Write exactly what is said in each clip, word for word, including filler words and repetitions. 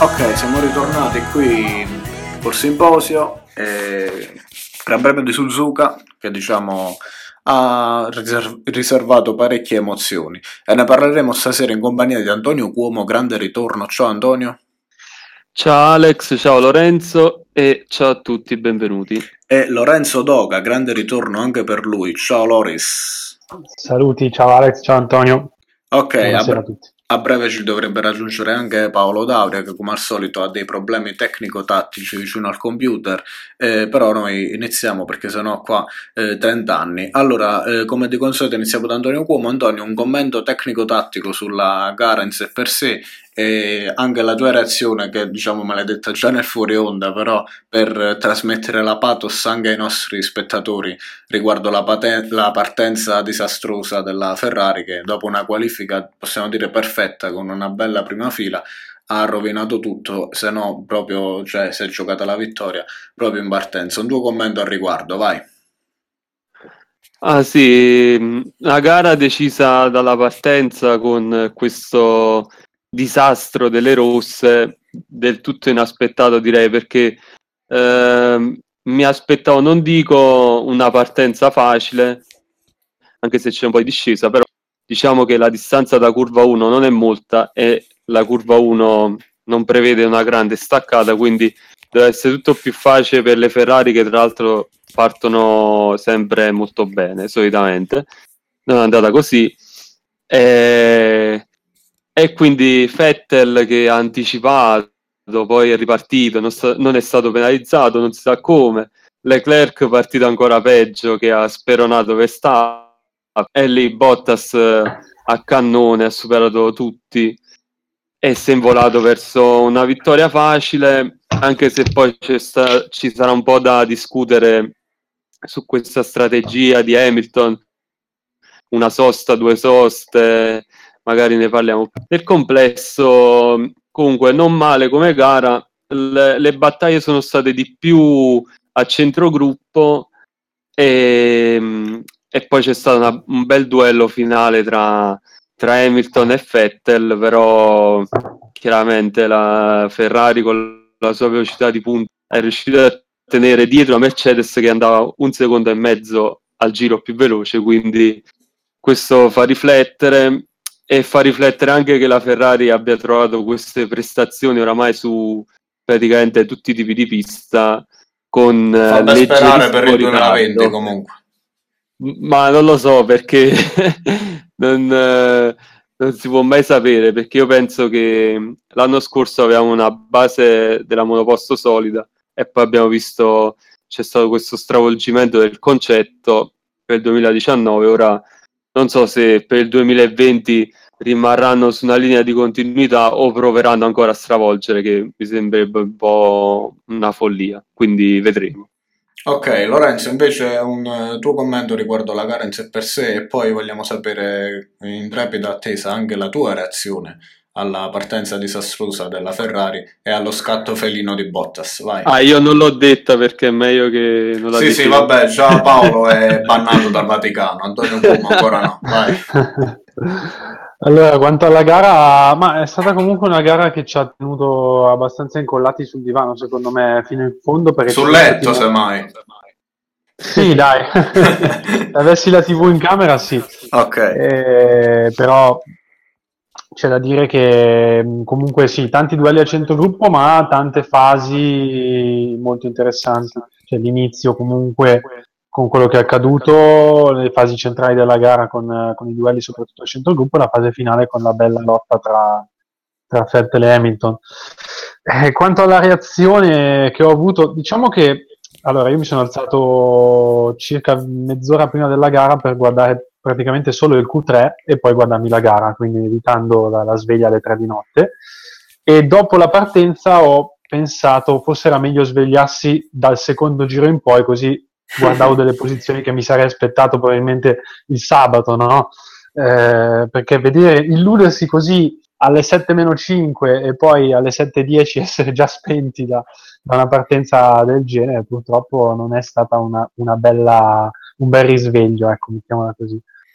Ok, siamo ritornati qui col simposio. E Gran Premio di Suzuka che diciamo ha riser- riservato parecchie emozioni e ne parleremo stasera in compagnia di Antonio Cuomo, grande ritorno. Ciao Antonio. Ciao Alex, ciao Lorenzo e ciao a tutti, benvenuti. E Lorenzo Doga, grande ritorno anche per lui. Ciao Loris. Saluti, ciao Alex, ciao Antonio, Ok, a, buonasera a bre- tutti. a breve ci dovrebbe raggiungere anche Paolo Dauria che come al solito ha dei problemi tecnico-tattici vicino al computer, eh, però noi iniziamo perché sennò qua eh, trenta anni. Allora, eh, come di consueto iniziamo da Antonio Cuomo. Antonio, un commento tecnico-tattico sulla gara in sé per sé e anche la tua reazione che diciamo me l'hai detta già nel fuori onda, però per eh, trasmettere la pathos anche ai nostri spettatori riguardo la, paten- la partenza disastrosa della Ferrari che dopo una qualifica possiamo dire perfetta con una bella prima fila ha rovinato tutto, se no proprio, cioè si è giocata la vittoria proprio in partenza. Un tuo commento al riguardo, vai. Ah sì, mh, la gara decisa dalla partenza con questo disastro delle rosse, del tutto inaspettato direi, perché ehm, mi aspettavo, non dico una partenza facile, anche se c'è un po' di discesa, però diciamo che la distanza da curva uno non è molta e la curva uno non prevede una grande staccata, quindi deve essere tutto più facile per le Ferrari che tra l'altro partono sempre molto bene, solitamente. Non è andata così. E, e quindi Vettel che ha anticipato, poi è ripartito, non, sta, non è stato penalizzato, non si sa come. Leclerc partito ancora peggio che ha speronato Verstappen e lì Bottas eh, a cannone ha superato tutti e si è involato verso una vittoria facile, anche se poi c'è sta- ci sarà un po' da discutere su questa strategia di Hamilton, una sosta, due soste, magari ne parliamo. Nel complesso, comunque, non male come gara, le, le battaglie sono state di più a centrogruppo e, e poi c'è stato una, un bel duello finale tra, tra Hamilton e Vettel, però chiaramente la Ferrari con la sua velocità di punta è riuscita a tenere dietro a Mercedes che andava un secondo e mezzo al giro più veloce, quindi questo fa riflettere e fa riflettere anche che la Ferrari abbia trovato queste prestazioni oramai su praticamente tutti i tipi di pista con Fa eh, ben sperare per leggerissimo il duemilaventi ritardo. comunque. M- Ma non lo so perché non, eh, non si può mai sapere, perché io penso che l'anno scorso avevamo una base della monoposto solida e poi abbiamo visto c'è stato questo stravolgimento del concetto per il duemiladiciannove. Ora non so se per il duemilaventi rimarranno su una linea di continuità o proveranno ancora a stravolgere, che mi sembrerebbe un po' una follia, quindi vedremo. Ok, Lorenzo, invece un eh, tuo commento riguardo la gara in sé per sé e poi vogliamo sapere in trepida attesa anche la tua reazione alla partenza disastrosa della Ferrari e allo scatto felino di Bottas, vai. Ah, io non l'ho detta perché è meglio che non la Sì, sì, dici tu. vabbè, già Paolo è bannato dal Vaticano, Antonio Cuomo ancora no, vai. Allora, quanto alla gara, ma è stata comunque una gara che ci ha tenuto abbastanza incollati sul divano, secondo me, fino in fondo, perché ci Sul sono stati letto, mo- semmai. Sì, dai, se avessi la T V in camera, sì. Ok. Eh, però c'è da dire che mh, comunque sì, tanti duelli a centrogruppo, ma tante fasi molto interessanti. Cioè l'inizio comunque con quello che è accaduto, le fasi centrali della gara con, eh, con i duelli soprattutto a centrogruppo, e la fase finale con la bella lotta tra, tra Vettel e Hamilton. Eh, quanto alla reazione che ho avuto, diciamo che allora io mi sono alzato circa mezz'ora prima della gara per guardare praticamente solo il Q tre e poi guardarmi la gara, quindi evitando la, la sveglia alle tre di notte. E dopo la partenza ho pensato forse era meglio svegliarsi dal secondo giro in poi, così guardavo delle posizioni che mi sarei aspettato probabilmente il sabato, no? Eh, perché vedere illudersi così alle sette meno cinque e poi alle sette e dieci essere già spenti da, da una partenza del genere purtroppo non è stata una, una bella, un bel risveglio, ecco, mettiamola così.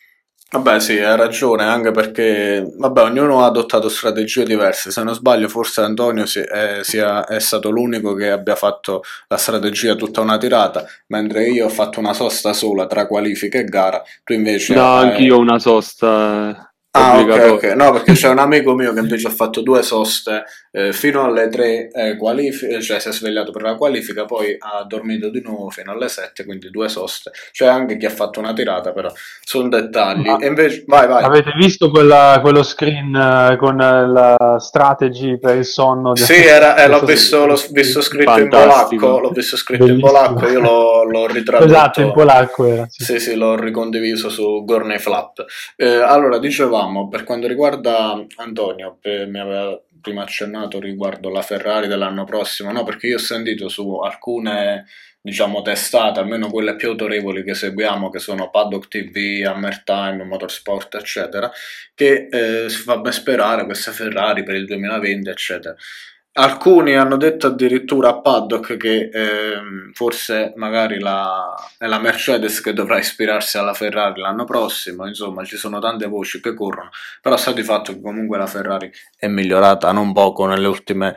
Vabbè, sì, hai ragione, anche perché, vabbè, ognuno ha adottato strategie diverse. Se non sbaglio, forse Antonio si- è, sia- è stato l'unico che abbia fatto la strategia tutta una tirata, mentre io ho fatto una sosta sola tra qualifica e gara. Tu invece No, hai, anch'io ho una sosta eh, ah, ok, ok. obbligatoria. No, perché c'è un amico mio che invece ha fatto due soste eh, fino alle tre eh, qualifiche, cioè si è svegliato per la qualifica, poi ha dormito di nuovo fino alle sette, quindi due soste. C'è anche chi ha fatto una tirata, però sono dettagli. Ma E invece, vai, vai. avete visto quella- quello screen eh, con eh, la strategy per il sonno? di- Sì, era, eh, l'ho Questa se- visto, l'ho visto scritto in polacco, Fantastico. l'ho visto scritto in Bellissimo. polacco, io l'ho, l'ho Esatto, in ritradotto. polacco era, sì. Sì, sì, l'ho ricondiviso su Gorney Flap. Eh, allora, dicevamo, per quanto riguarda Antonio, eh, mi aveva prima accennato riguardo la Ferrari dell'anno prossimo, no? Perché io ho sentito su alcune, diciamo, testate, almeno quelle più autorevoli che seguiamo, che sono Paddock T V, Hammer Time, Motorsport, eccetera, che eh, si fa ben sperare questa Ferrari per il duemilaventi, eccetera. Alcuni hanno detto addirittura a Paddock che ehm, forse magari la, è la Mercedes che dovrà ispirarsi alla Ferrari l'anno prossimo, insomma ci sono tante voci che corrono, però sta di fatto che comunque la Ferrari è migliorata non poco nelle ultime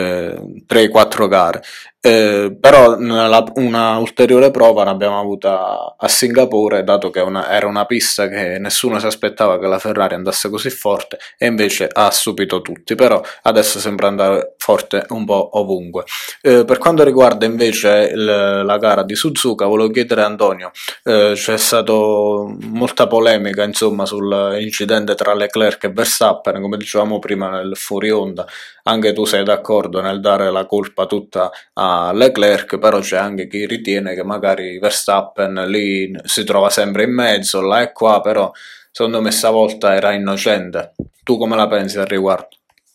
eh, tre quattro gare. Eh, però la- una ulteriore prova l'abbiamo avuta a Singapore, dato che una- era una pista che nessuno si aspettava che la Ferrari andasse così forte e invece ha stupito tutti, però adesso sembra andare forte un po' ovunque. Eh, per quanto riguarda invece il- la gara di Suzuka, volevo chiedere a Antonio, eh, c'è stata molta polemica insomma sull'incidente tra Leclerc e Verstappen, come dicevamo prima nel fuori onda, anche tu sei d'accordo nel dare la colpa tutta a Leclerc, però c'è anche chi ritiene che magari Verstappen lì si trova sempre in mezzo, là e qua, però secondo me stavolta era innocente. Tu come la pensi al riguardo?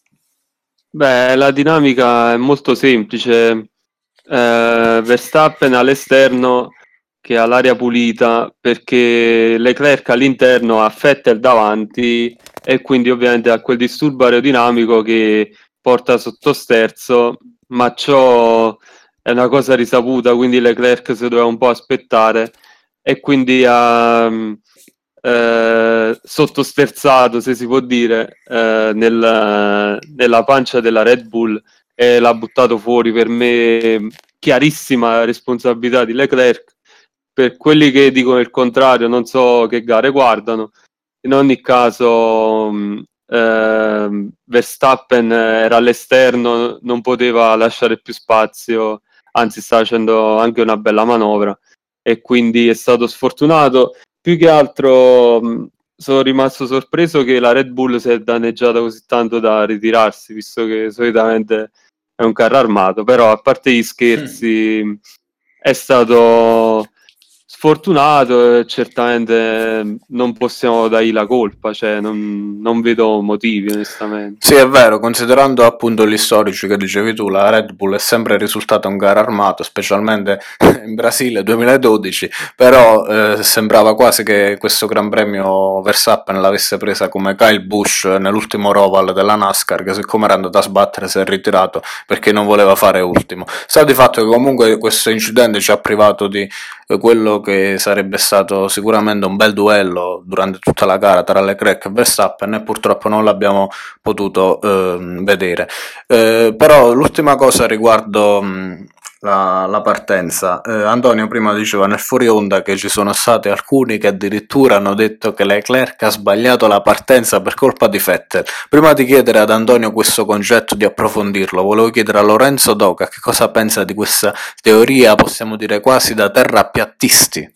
Beh, la dinamica è molto semplice. Eh, Verstappen all'esterno che ha l'aria pulita perché Leclerc all'interno ha Vettel davanti e quindi ovviamente ha quel disturbo aerodinamico che porta sotto sterzo, ma ciò è una cosa risaputa, quindi Leclerc si doveva un po' aspettare e quindi ha eh, sottosterzato, se si può dire, eh, nel, nella pancia della Red Bull e l'ha buttato fuori. Per me chiarissima responsabilità di Leclerc. Per quelli che dicono il contrario, non so che gare guardano. In ogni caso, mh, ehm, Verstappen era all'esterno, non poteva lasciare più spazio, anzi sta facendo anche una bella manovra e quindi è stato sfortunato. Più che altro mh, sono rimasto sorpreso che la Red Bull si è danneggiata così tanto da ritirarsi, visto che solitamente è un carro armato, però a parte gli scherzi è stato sfortunato e certamente non possiamo dargli la colpa, cioè non, non vedo motivi onestamente. Sì, è vero, considerando appunto gli storici che dicevi tu, la Red Bull è sempre risultata un gara armato, specialmente in Brasile duemiladodici, però eh, sembrava quasi che questo Gran Premio Verstappen l'avesse presa come Kyle Busch nell'ultimo Roval della NASCAR, che siccome era andato a sbattere si è ritirato perché non voleva fare ultimo. Sta di fatto che comunque questo incidente ci ha privato di eh, quello che sarebbe stato sicuramente un bel duello durante tutta la gara tra Leclerc e Verstappen e purtroppo non l'abbiamo potuto eh, vedere. Eh, però l'ultima cosa riguardo mh, la, la partenza, eh, Antonio prima diceva nel fuori onda che ci sono stati alcuni che addirittura hanno detto che Leclerc ha sbagliato la partenza per colpa di Vettel. Prima di chiedere ad Antonio questo concetto, di approfondirlo, volevo chiedere a Lorenzo Doca che cosa pensa di questa teoria, possiamo dire quasi da terrapiattisti.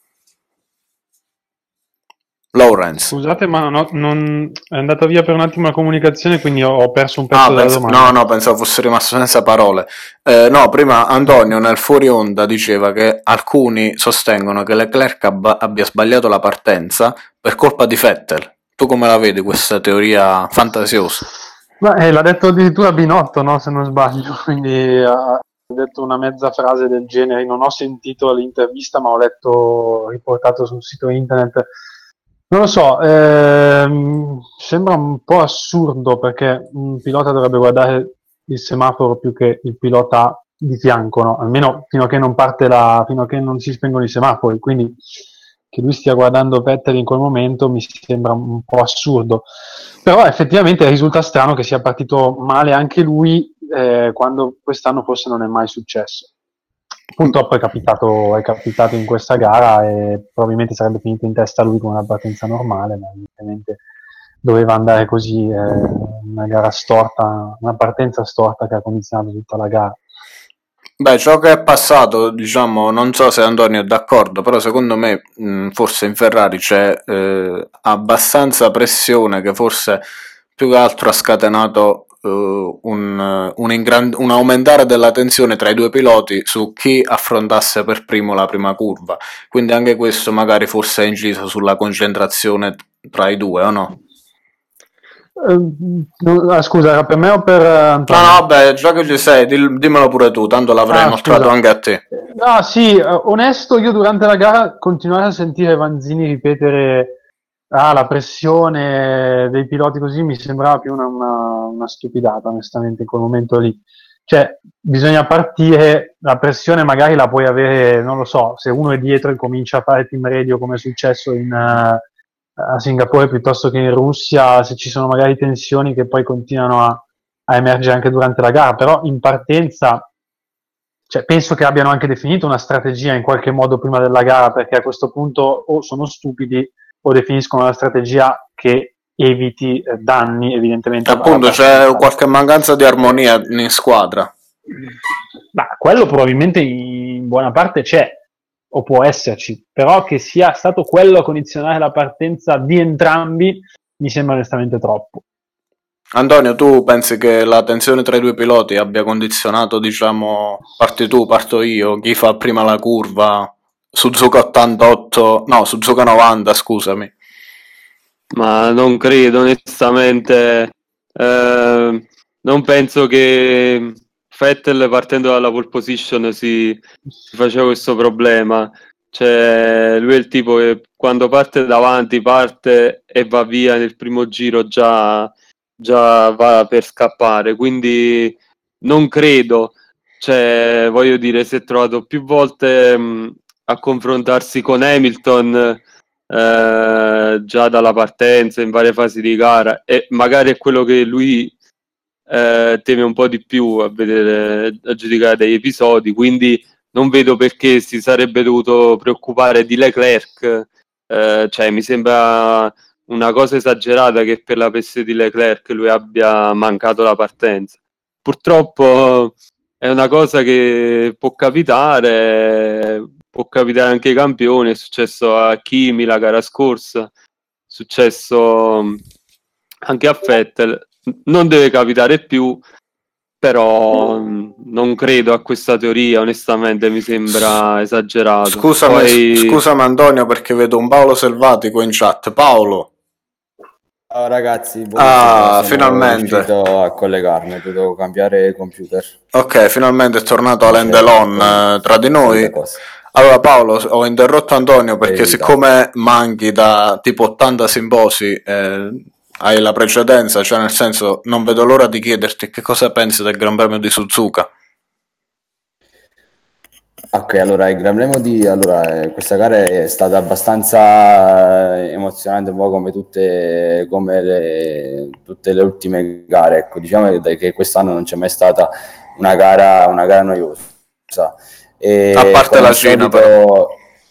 Lawrence. Scusate, ma non ho- non- è andata via per un attimo la comunicazione, quindi ho, ho perso un Ah, pezzo della pens- no, domanda. no, pensavo fosse rimasto senza parole. Eh, no, prima Antonio nel fuori onda diceva che alcuni sostengono che Leclerc abba- abbia sbagliato la partenza per colpa di Vettel. Tu come la vedi questa teoria fantasiosa? Ma eh, l'ha detto addirittura Binotto, no? Se non sbaglio, quindi ha detto una mezza frase del genere. Non ho sentito l'intervista, ma ho letto riportato sul sito internet. Non lo so, ehm, sembra un po' assurdo perché un pilota dovrebbe guardare il semaforo più che il pilota di fianco, no? Almeno fino a che non parte la, fino a che non si spengono i semafori. Quindi che lui stia guardando Vettel in quel momento mi sembra un po' assurdo, però effettivamente risulta strano che sia partito male anche lui eh, quando quest'anno forse non è mai successo. Purtroppo è capitato, è capitato in questa gara e probabilmente sarebbe finito in testa lui con una partenza normale, ma evidentemente doveva andare così, eh, una gara storta, una partenza storta che ha condizionato tutta la gara. Beh, ciò che è passato, diciamo, non so se Antonio è d'accordo, però secondo me mh, forse in Ferrari c'è eh, abbastanza pressione che forse più che altro ha scatenato eh, un, un, ingran- un aumentare della tensione tra i due piloti su chi affrontasse per primo la prima curva. Quindi anche questo magari forse ha inciso sulla concentrazione tra i due, o no? Uh, ah, scusa, era per me o per Antonio? No, no, vabbè, già che ci sei, dil- dimmelo pure tu, tanto l'avrei Ah, inoltrato scusa. anche a te. No, sì, eh, onesto, io durante la gara continuavo a sentire Vanzini ripetere ah, la pressione dei piloti così mi sembrava più una, una, una stupidata, onestamente, in quel momento lì. Cioè, bisogna partire, la pressione magari la puoi avere, non lo so, se uno è dietro e comincia a fare team radio come è successo in, uh, a Singapore piuttosto che in Russia, se ci sono magari tensioni che poi continuano a, a emergere anche durante la gara, però in partenza cioè, penso che abbiano anche definito una strategia in qualche modo prima della gara, perché a questo punto o sono stupidi o definiscono una strategia che eviti eh, danni evidentemente alla Appunto, c'è partenza. qualche mancanza di armonia in squadra. Ma quello probabilmente in buona parte c'è, o può esserci, però che sia stato quello a condizionare la partenza di entrambi mi sembra onestamente troppo. Antonio, tu pensi che la tensione tra i due piloti abbia condizionato, diciamo, parti tu, parto io, chi fa prima la curva, Suzuka ottantotto, no, Suzuka novanta, scusami. Ma non credo, onestamente. Eh, non penso che Vettel partendo dalla pole position si, si faceva questo problema. Cioè, lui è il tipo che quando parte davanti parte e va via nel primo giro già, già va per scappare. Quindi non credo. Cioè, voglio dire, si è trovato più volte mh, a confrontarsi con Hamilton eh, già dalla partenza in varie fasi di gara e magari è quello che lui eh, teme un po' di più a vedere, a giudicare degli episodi, quindi non vedo perché si sarebbe dovuto preoccupare di Leclerc, eh, cioè mi sembra una cosa esagerata che per la peste di Leclerc lui abbia mancato la partenza. Purtroppo è una cosa che può capitare, può capitare anche ai campioni, è successo a Kimi la gara scorsa, è successo anche a Vettel, non deve capitare più, però non credo a questa teoria, onestamente mi sembra esagerato. Scusami, Poi... scusami Antonio perché vedo un Paolo Selvatico in chat. Paolo. Ciao ragazzi, buonasera. Ah, Sono finalmente. riuscito a collegarmi, dovevo cambiare computer. Ok, finalmente è tornato Alain Delon eh, tra di noi. Allora Paolo, ho interrotto Antonio perché Verità. siccome manchi da tipo ottanta simposi, eh, hai la precedenza, cioè nel senso non vedo l'ora di chiederti che cosa pensi del Gran Premio di Suzuka. Ok, allora il Gran Premio di allora, eh, questa gara è stata abbastanza eh, emozionante, un po' come tutte, come le, tutte le ultime gare. Ecco, diciamo che, che quest'anno non c'è mai stata una gara, una gara noiosa. E A parte come la al Cina, solito, però.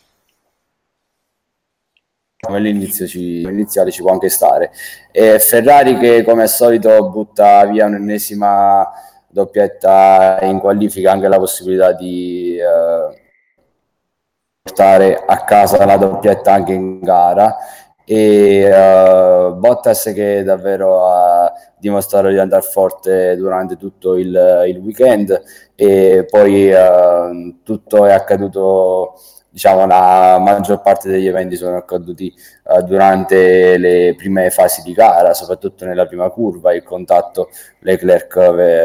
come l'inizio ci, iniziale ci può anche stare. E Ferrari che come al solito butta via un'ennesima doppietta in qualifica, anche la possibilità di eh, portare a casa la doppietta anche in gara, e uh, Bottas che davvero ha dimostrato di andare forte durante tutto il, il weekend, e poi uh, tutto è accaduto, diciamo la maggior parte degli eventi sono accaduti uh, durante le prime fasi di gara, soprattutto nella prima curva, il contatto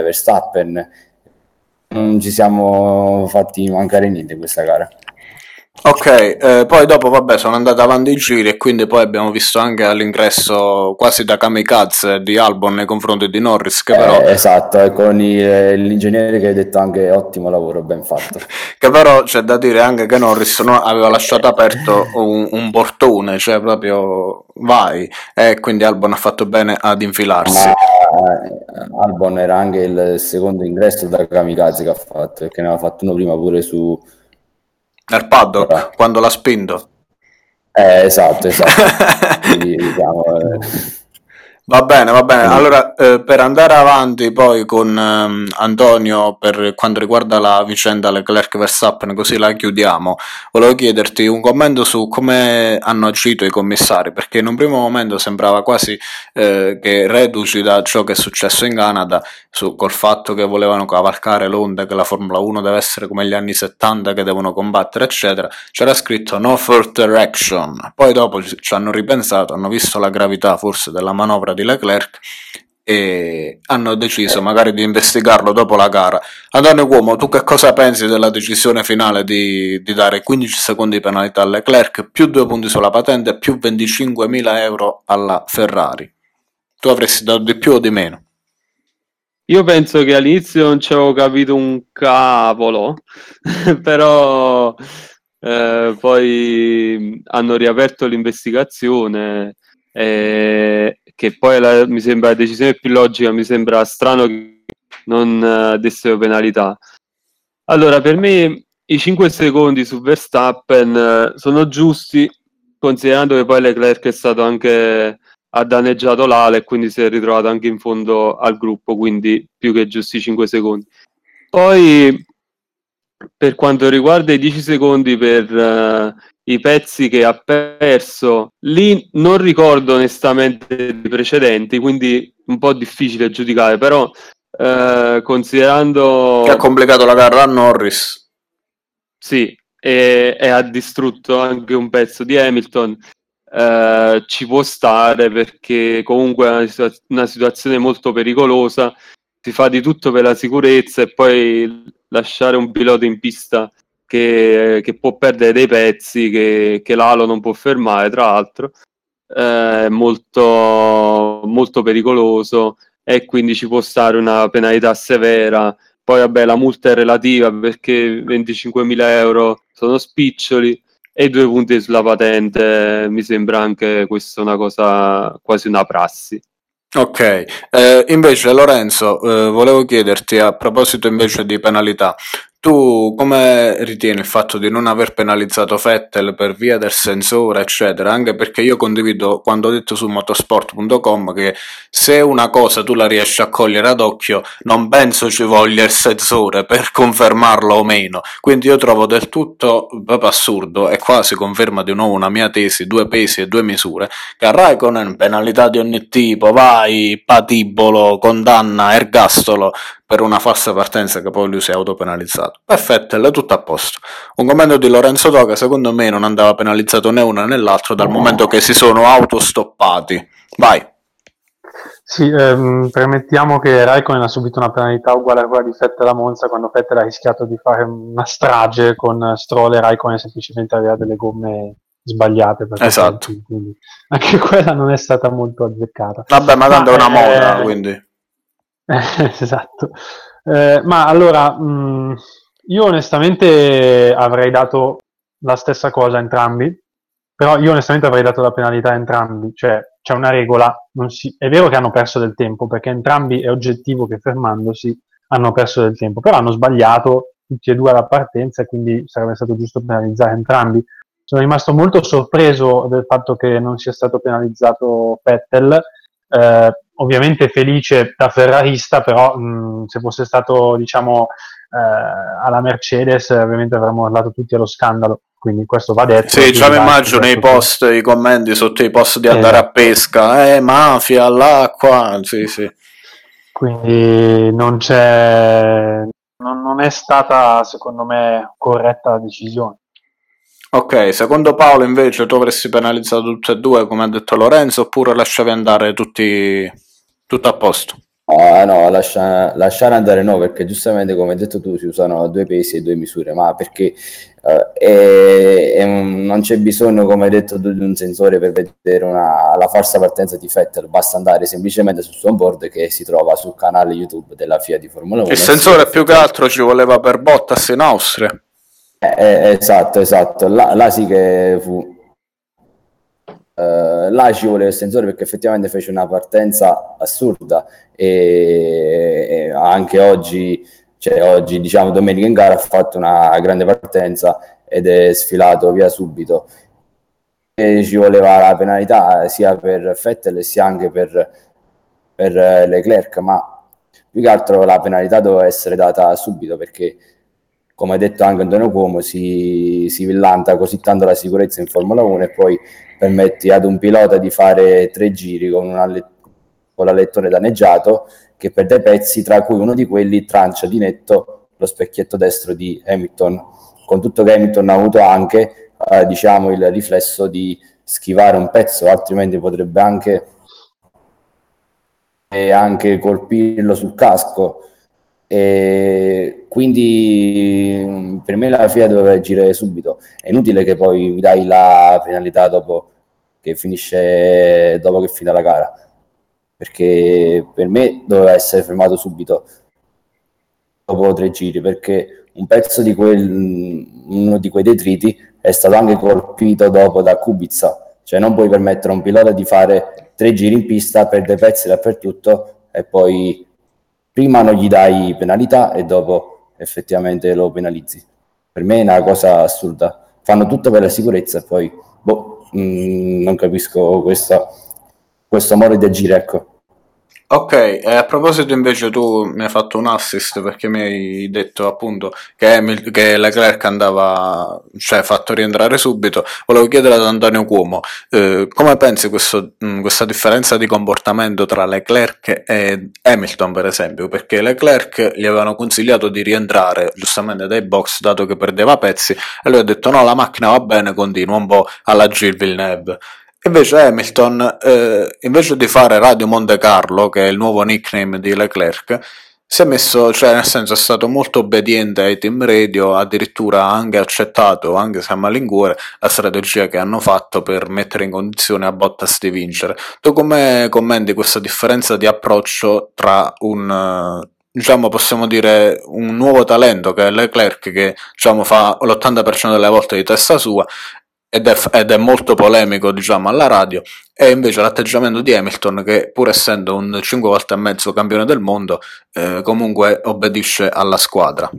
Leclerc-Verstappen. Non ci siamo fatti mancare niente in questa gara. Ok, eh, poi dopo vabbè sono andati avanti i giri e quindi poi abbiamo visto anche all'ingresso quasi da kamikaze di Albon nei confronti di Norris che però, Eh, esatto, e con i- eh, l'ingegnere che hai detto anche ottimo lavoro, ben fatto. che però c'è da dire anche che Norris no- aveva lasciato aperto un, un portone, cioè proprio vai, e quindi Albon ha fatto bene ad infilarsi. Ma eh, Albon era anche il secondo ingresso da kamikaze che ha fatto, perché ne aveva fatto uno prima pure su... Nel paddock, Ora. quando l'ha spinto. Eh, esatto, esatto. Quindi, diciamo, eh, Va bene, va bene. quindi, Allora, eh, per andare avanti poi con ehm, Antonio per quanto riguarda la vicenda Leclerc-Verstappen, così la chiudiamo, volevo chiederti un commento su come hanno agito i commissari, perché in un primo momento sembrava quasi eh, che reduci da ciò che è successo in Canada, su, col fatto che volevano cavalcare l'onda che la Formula uno deve essere come gli anni settanta, che devono combattere, eccetera, c'era scritto no further action. Poi dopo ci ci hanno ripensato, hanno visto la gravità forse della manovra di Leclerc e hanno deciso magari di investigarlo dopo la gara. Antonio Cuomo, tu che cosa pensi della decisione finale di, di dare quindici secondi di penalità a Leclerc, più due punti sulla patente, più venticinquemila euro alla Ferrari? Tu avresti dato di più o di meno? Io penso che all'inizio non ci avevo capito un cavolo, però eh, poi hanno riaperto l'investigazione, eh, che poi la- mi sembra la decisione più logica, mi sembra strano che non eh, dessero penalità. Allora, per me i cinque secondi su Verstappen eh, sono giusti, considerando che poi Leclerc è stato anche ha danneggiato l'ala e quindi si è ritrovato anche in fondo al gruppo, quindi più che giusti cinque secondi. Poi per quanto riguarda i dieci secondi per eh, i pezzi che ha perso, lì non ricordo onestamente i precedenti, quindi un po' difficile giudicare, però eh, Che ha considerando complicato la gara a Norris. sì, e, e ha distrutto anche un pezzo di Hamilton. Eh, ci può stare perché comunque è una, situa- una situazione molto pericolosa. Si fa di tutto per la sicurezza e poi lasciare un pilota in pista che, che può perdere dei pezzi che, che l'alo non può fermare, tra l'altro, eh, è molto, molto pericoloso e quindi ci può stare una penalità severa. Poi vabbè, la multa è relativa perché venticinquemila euro sono spiccioli e due punti sulla patente, mi sembra anche questa una cosa, quasi una prassi. Ok, eh, invece Lorenzo, eh, volevo chiederti a proposito invece di penalità, tu come ritieni il fatto di non aver penalizzato Vettel per via del sensore, eccetera? Anche perché io condivido quando ho detto su motorsport punto com che se una cosa tu la riesci a cogliere ad occhio, non penso ci voglia il sensore per confermarlo o meno. Quindi io trovo del tutto proprio assurdo, e qua si conferma di nuovo una mia tesi, due pesi e due misure, che a Raikkonen penalità di ogni tipo, vai, patibolo, condanna, ergastolo per una falsa partenza che poi lui si è autopenalizzato. Perfetto, è tutto a posto. Un commento di Lorenzo Toga, secondo me non andava penalizzato né uno né l'altro dal momento che si sono autostoppati. Vai. Sì, ehm, premettiamo che Raikkonen ha subito una penalità uguale a quella di Vettel a Monza quando Vettel ha rischiato di fare una strage con Stroll e Raikkonen semplicemente aveva delle gomme sbagliate per Esatto. qualche, quindi anche quella non è stata molto azzeccata. Vabbè, ma tanto è una moda, eh, quindi. esatto. Eh, ma allora, mh, io onestamente avrei dato la stessa cosa a entrambi, però io onestamente avrei dato la penalità a entrambi, cioè c'è una regola, non si... è vero che hanno perso del tempo, perché entrambi è oggettivo che fermandosi hanno perso del tempo, però hanno sbagliato tutti e due alla partenza e quindi sarebbe stato giusto penalizzare entrambi. Sono rimasto molto sorpreso del fatto che non sia stato penalizzato Vettel, eh, ovviamente felice da ferrarista, però mh, se fosse stato diciamo eh, alla Mercedes ovviamente avremmo andato tutti allo scandalo, quindi questo va detto e Sì, già quindi mi va anche immagino nei detto che post, i commenti sotto i post di andare a esatto. pesca, eh, mafia, l'acqua, sì, sì. Quindi non c'è non, non è stata secondo me corretta la decisione. Ok, secondo Paolo invece tu avresti penalizzato tutte e due, come ha detto Lorenzo, oppure lasciavi andare tutti tutto a posto? Oh, no, lascia, lasciare andare no, perché giustamente come hai detto tu si usano due pesi e due misure, ma perché eh, è- è un- non c'è bisogno, come hai detto tu, di un sensore per vedere una- la falsa partenza di Vettel, basta andare semplicemente sul suo onboard che si trova sul canale YouTube della FIA di Formula Il uno e si vede sensore più che effettivamente. altro ci voleva per Bottas in Austria. Eh, eh, esatto, esatto, là, là sì che fu. Uh, là ci voleva il sensore perché effettivamente fece una partenza assurda e, e anche oggi, cioè oggi diciamo domenica in gara ha fatto una grande partenza ed è sfilato via subito e ci voleva la penalità sia per Vettel sia anche per, per Leclerc, ma più che altro la penalità doveva essere data subito perché come ha detto anche Antonio Cuomo si, si villanta così tanto la sicurezza in Formula uno e poi permetti ad un pilota di fare tre giri con, una le- con l'alettone danneggiato che perde pezzi, tra cui uno di quelli trancia di netto lo specchietto destro di Hamilton, con tutto che Hamilton ha avuto anche eh, diciamo il riflesso di schivare un pezzo, altrimenti potrebbe anche, eh, anche colpirlo sul casco. E quindi per me la FIA doveva agire subito. È inutile che poi mi dai la penalità dopo che finisce, dopo che fina la gara, perché per me doveva essere fermato subito dopo tre giri, perché un pezzo di quel, uno di quei detriti è stato anche colpito dopo da Kubica, cioè non puoi permettere a un pilota di fare tre giri in pista, perde pezzi dappertutto e poi prima non gli dai penalità e dopo effettivamente lo penalizzi. Per me è una cosa assurda. Fanno tutto per la sicurezza e poi boh, mh, non capisco questa, questo modo di agire, ecco. Ok, e a proposito invece tu mi hai fatto un assist perché mi hai detto appunto che, Hamil- che Leclerc andava, cioè fatto rientrare subito. Volevo chiedere ad Antonio Cuomo, eh, come pensi questo, mh, questa differenza di comportamento tra Leclerc e Hamilton per esempio? Perché Leclerc gli avevano consigliato di rientrare giustamente dai box dato che perdeva pezzi e lui ha detto no, la macchina va bene, continua un po' alla Gilles Villeneuve. Invece Hamilton, eh, invece di fare Radio Monte Carlo, che è il nuovo nickname di Leclerc, si è messo, cioè nel senso è stato molto obbediente ai team radio, addirittura ha anche accettato, anche se a malincuore, la strategia che hanno fatto per mettere in condizione a Bottas di vincere. Tu come commenti questa differenza di approccio tra un, eh, diciamo possiamo dire, un nuovo talento che è Leclerc, che diciamo fa l'ottanta per cento delle volte di testa sua, ed è, ed è molto polemico diciamo alla radio, e invece l'atteggiamento di Hamilton che pur essendo un cinque volte e mezzo campione del mondo eh, comunque obbedisce alla squadra.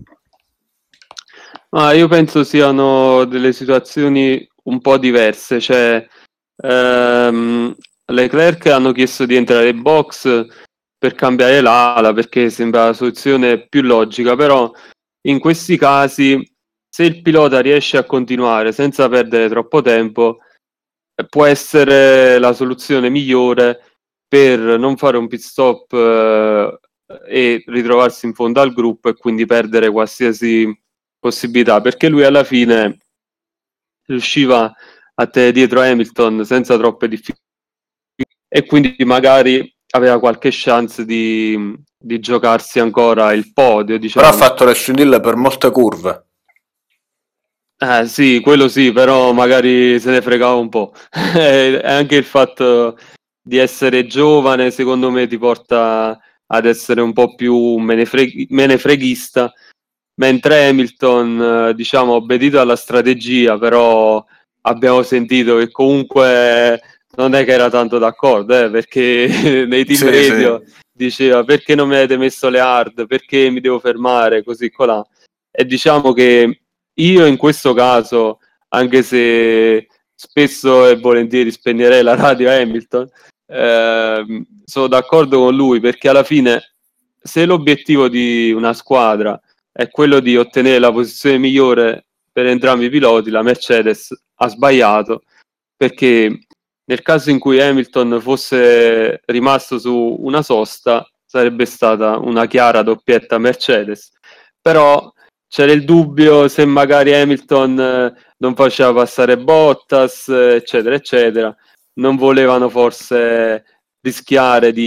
Ma io penso siano delle situazioni un po' diverse, cioè ehm, Leclerc hanno chiesto di entrare in box per cambiare l'ala perché sembra la soluzione più logica, però in questi casi se il pilota riesce a continuare senza perdere troppo tempo eh, può essere la soluzione migliore per non fare un pit stop eh, e ritrovarsi in fondo al gruppo e quindi perdere qualsiasi possibilità, perché lui alla fine riusciva a tenere dietro Hamilton senza troppe difficoltà e quindi magari aveva qualche chance di, di giocarsi ancora il podio, Però ha diciamo. fatto le scintille per molte curve. Eh sì, quello sì, però magari se ne fregava un po'. E anche il fatto di essere giovane, secondo me, ti porta ad essere un po' più menefreghi- menefreghista, mentre Hamilton, eh, diciamo, ha obbedito alla strategia, però abbiamo sentito che comunque non è che era tanto d'accordo, eh, perché nei team Sì, sì. radio diceva perché non mi avete messo le hard, perché mi devo fermare, così colà. E diciamo che io in questo caso, anche se spesso e volentieri spegnerei la radio a Hamilton, ehm, sono d'accordo con lui perché alla fine se l'obiettivo di una squadra è quello di ottenere la posizione migliore per entrambi i piloti, la Mercedes ha sbagliato perché nel caso in cui Hamilton fosse rimasto su una sosta sarebbe stata una chiara doppietta Mercedes, però c'era il dubbio se magari Hamilton eh, non faceva passare Bottas, eh, eccetera, eccetera. Non volevano forse rischiare di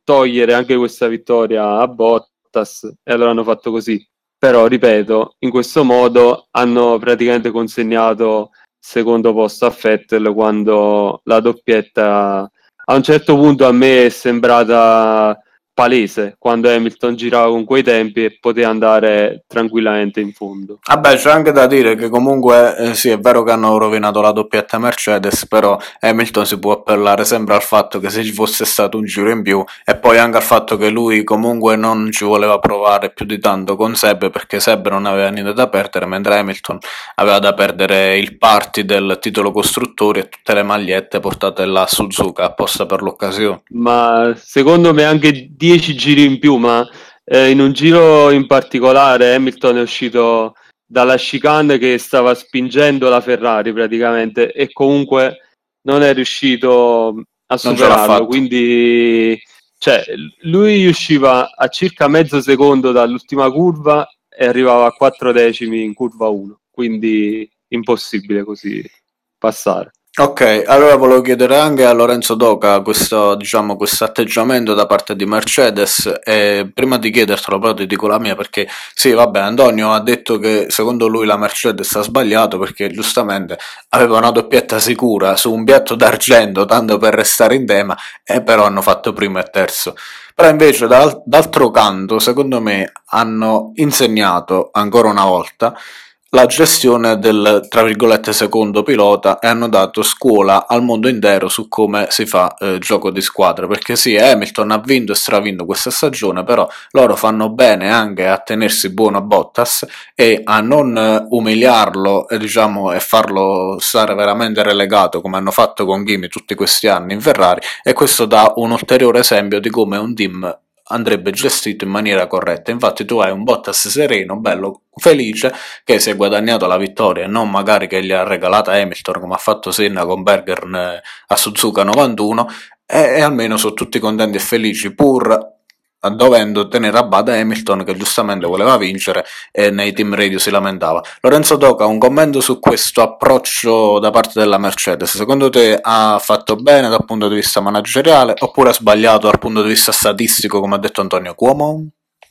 togliere anche questa vittoria a Bottas e allora hanno fatto così. Però, ripeto, in questo modo hanno praticamente consegnato secondo posto a Vettel, quando la doppietta a un certo punto a me è sembrata palese, quando Hamilton girava con quei tempi e poteva andare tranquillamente in fondo. Vabbè, c'è anche da dire che comunque eh, sì, è vero che hanno rovinato la doppietta Mercedes, però Hamilton si può appellare sempre al fatto che se ci fosse stato un giro in più, e poi anche al fatto che lui comunque non ci voleva provare più di tanto con Seb, perché Seb non aveva niente da perdere, mentre Hamilton aveva da perdere il party del titolo costruttori e tutte le magliette portate là a Suzuka apposta per l'occasione. Ma secondo me anche dieci giri in più, ma eh, in un giro in particolare Hamilton è uscito dalla chicane che stava spingendo la Ferrari praticamente e comunque non è riuscito a superarlo, quindi cioè, lui usciva a circa mezzo secondo dall'ultima curva e arrivava a quattro decimi in curva uno, quindi impossibile così passare. Ok, allora volevo chiedere anche a Lorenzo Doca questo, diciamo, questo atteggiamento da parte di Mercedes, e prima di chiedertelo però ti dico la mia, perché sì, vabbè, Antonio ha detto che secondo lui la Mercedes ha sbagliato perché giustamente aveva una doppietta sicura su un piatto d'argento tanto per restare in tema, e però hanno fatto primo e terzo. Però invece dal, d'altro canto secondo me hanno insegnato ancora una volta la gestione del, tra virgolette, secondo pilota, e hanno dato scuola al mondo intero su come si fa eh, gioco di squadra, perché sì, Hamilton ha vinto e stravinto questa stagione, però loro fanno bene anche a tenersi buono a Bottas e a non eh, umiliarlo e, diciamo, e farlo stare veramente relegato come hanno fatto con Kimi tutti questi anni in Ferrari, e questo dà un ulteriore esempio di come un team andrebbe gestito in maniera corretta. Infatti tu hai un Bottas sereno, bello, felice, che si è guadagnato la vittoria e non magari che gli ha regalata Hamilton come ha fatto Senna con Berger a Suzuka novantuno, e, e almeno sono tutti contenti e felici, pur dovendo tenere a bada Hamilton che giustamente voleva vincere e nei team radio si lamentava. Lorenzo Doca, un commento su questo approccio da parte della Mercedes: secondo te ha fatto bene dal punto di vista manageriale oppure ha sbagliato dal punto di vista statistico, come ha detto Antonio Cuomo?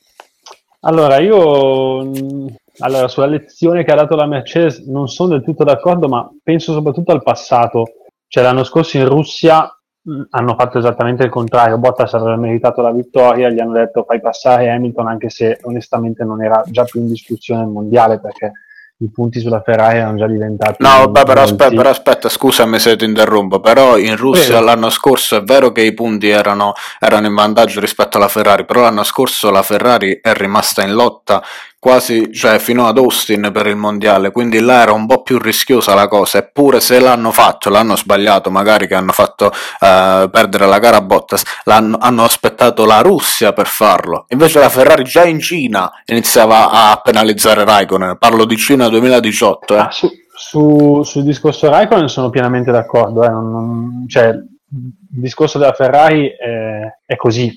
Allora, io allora, sulla lezione che ha dato la Mercedes non sono del tutto d'accordo, ma penso soprattutto al passato. Cioè l'anno scorso in Russia hanno fatto esattamente il contrario. Bottas aveva meritato la vittoria, gli hanno detto fai passare Hamilton, anche se onestamente non era già più in discussione il mondiale, perché i punti sulla Ferrari erano già diventati... No, vabbè, però aspetta, però aspetta, scusami se ti interrompo, però in Russia Prego. L'anno scorso è vero che i punti erano, erano in vantaggio rispetto alla Ferrari, però l'anno scorso la Ferrari è rimasta in lotta quasi, cioè fino ad Austin per il mondiale, quindi là era un po' più rischiosa la cosa, eppure se l'hanno fatto, l'hanno sbagliato, magari che hanno fatto uh, perdere la gara a Bottas, l'hanno, hanno aspettato la Russia per farlo, invece la Ferrari già in Cina iniziava a penalizzare Raikkonen, parlo di Cina duemiladiciotto. Eh. Ah, su, su, sul discorso Raikkonen sono pienamente d'accordo, eh, non, non, cioè, il discorso della Ferrari è, è così.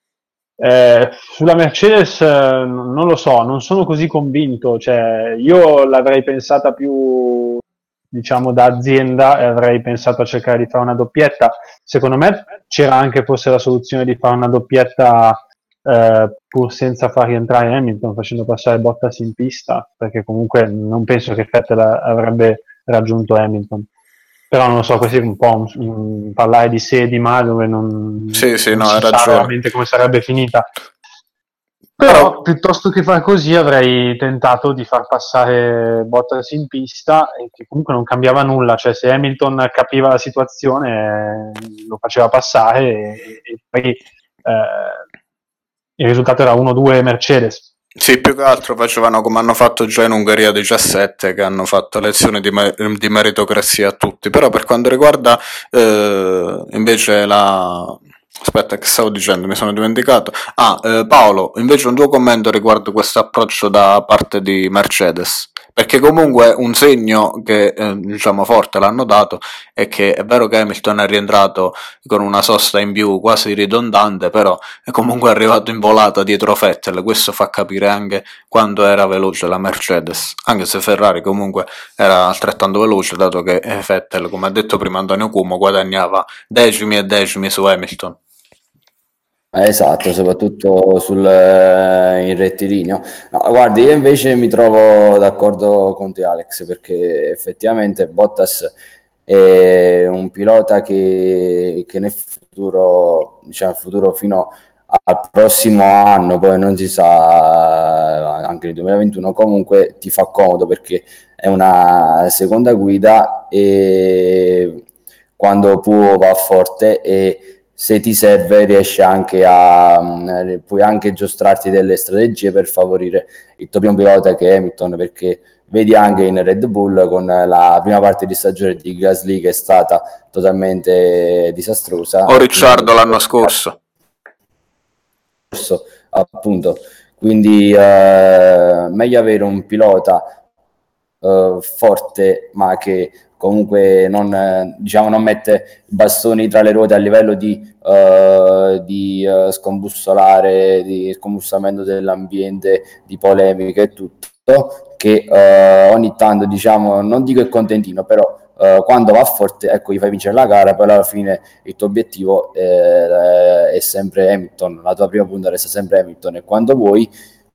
Eh, sulla Mercedes eh, non lo so, non sono così convinto, cioè, io l'avrei pensata più, diciamo, da azienda, e avrei pensato a cercare di fare una doppietta. Secondo me c'era anche forse la soluzione di fare una doppietta eh, pur senza far rientrare Hamilton, facendo passare Bottas in pista, perché comunque non penso che Vettel avrebbe raggiunto Hamilton. Però non lo so, questo è un po' un, un parlare di sé di male dove non, sì, sì, non no, si sa ragione. veramente come sarebbe finita. Però, Però piuttosto che far così avrei tentato di far passare Bottas in pista, e che comunque non cambiava nulla, cioè se Hamilton capiva la situazione eh, lo faceva passare e, e poi eh, il risultato era uno due Mercedes. Sì, più che altro facevano come hanno fatto già in Ungheria diciassette, che hanno fatto lezioni di, mer- di meritocrazia a tutti. Però per quanto riguarda eh, invece la... Aspetta, che stavo dicendo, mi sono dimenticato. Ah, eh, Paolo, invece un tuo commento riguardo questo approccio da parte di Mercedes. Perché comunque un segno che eh, diciamo forte l'hanno dato è che è vero che Hamilton è rientrato con una sosta in più quasi ridondante, però è comunque arrivato in volata dietro Vettel. Questo fa capire anche quanto era veloce la Mercedes, anche se Ferrari comunque era altrettanto veloce, dato che Vettel, come ha detto prima Antonio Cuomo, guadagnava decimi e decimi su Hamilton. Esatto, soprattutto sul, eh, in rettilineo. No, guardi, io invece mi trovo d'accordo con te, Alex, perché effettivamente Bottas è un pilota che, che nel futuro, diciamo, nel futuro fino al prossimo anno, poi non si sa, anche nel duemilaventuno, comunque ti fa comodo perché è una seconda guida e quando può va forte e se ti serve riesci anche a mh, puoi anche giostrarti delle strategie per favorire il tuo primo pilota che è Hamilton, perché vedi anche in Red Bull con la prima parte di stagione di Gasly che è stata totalmente disastrosa, O appunto Ricciardo l'anno scorso. appunto quindi eh, meglio avere un pilota eh, forte ma che comunque non, eh, diciamo, non mette i bastoni tra le ruote a livello di, uh, di uh, scombussolare, di scombussolamento dell'ambiente, di polemiche e tutto, che uh, ogni tanto, diciamo, non dico è contentino, però uh, quando va forte, ecco, gli fai vincere la gara, poi alla fine il tuo obiettivo è, è sempre Hamilton, la tua prima punta resta sempre Hamilton e quando vuoi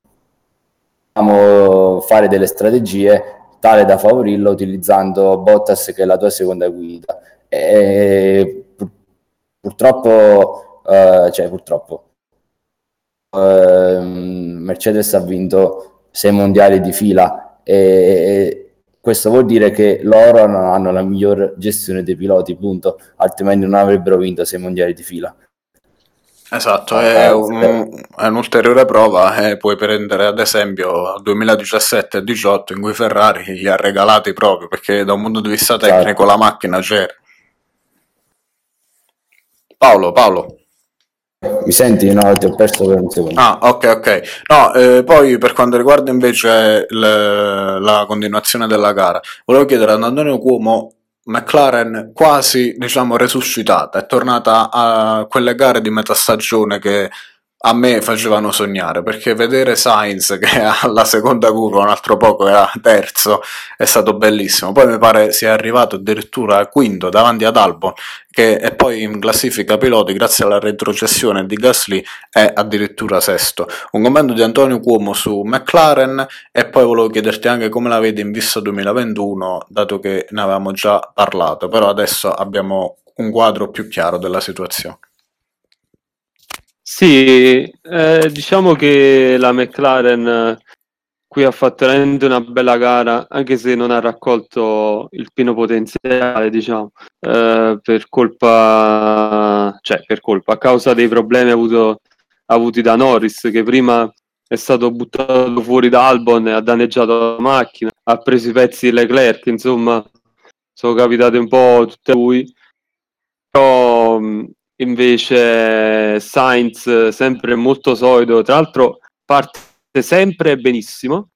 dobbiamo fare delle strategie tale da favorirlo utilizzando Bottas che è la tua seconda guida e pur, purtroppo eh, cioè purtroppo eh, Mercedes ha vinto sei mondiali di fila e, e questo vuol dire che loro non hanno la miglior gestione dei piloti, punto, altrimenti non avrebbero vinto sei mondiali di fila. Esatto, è, un, è un'ulteriore prova, eh, puoi prendere ad esempio duemiladiciassette e diciotto in cui Ferrari gli ha regalati proprio perché da un punto di vista tecnico la macchina c'era. Paolo, Paolo. Mi senti? No, ti ho perso per un secondo. Ah, ok, ok. No, eh, poi per quanto riguarda invece le, la continuazione della gara, volevo chiedere ad Antonio Cuomo, McLaren quasi, diciamo, resuscitata, è tornata a quelle gare di metà stagione che a me facevano sognare, perché vedere Sainz che alla seconda curva un altro poco era terzo è stato bellissimo. Poi mi pare sia arrivato addirittura quinto davanti ad Albon, che e poi in classifica piloti grazie alla retrocessione di Gasly è addirittura sesto. Un commento di Antonio Cuomo su McLaren e poi volevo chiederti anche come la vedi in vista duemilaventuno, dato che ne avevamo già parlato, però adesso abbiamo un quadro più chiaro della situazione. Sì, eh, diciamo che la McLaren eh, qui ha fatto veramente una bella gara, anche se non ha raccolto il pieno potenziale, diciamo, eh, per colpa, cioè per colpa, a causa dei problemi avuto, avuti da Norris, che prima è stato buttato fuori da Albon e ha danneggiato la macchina, ha preso i pezzi di Leclerc, insomma, sono capitate un po' tutte a lui, però invece Sainz sempre molto solido, tra l'altro parte sempre benissimo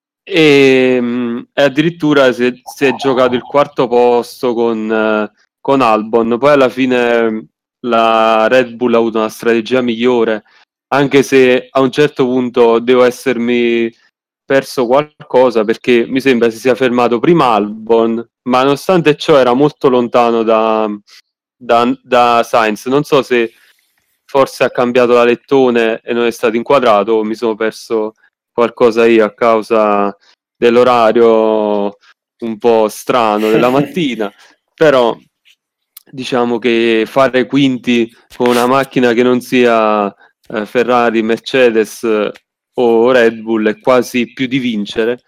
e, e addirittura si è, si è giocato il quarto posto con, eh, con Albon, poi alla fine la Red Bull ha avuto una strategia migliore, anche se a un certo punto devo essermi perso qualcosa perché mi sembra si sia fermato prima Albon, ma nonostante ciò era molto lontano da Da, da Sainz. Non so se forse ha cambiato la lettone e non è stato inquadrato o mi sono perso qualcosa io a causa dell'orario un po' strano della mattina, però diciamo che fare quinti con una macchina che non sia eh, Ferrari, Mercedes eh, o Red Bull è quasi più di vincere.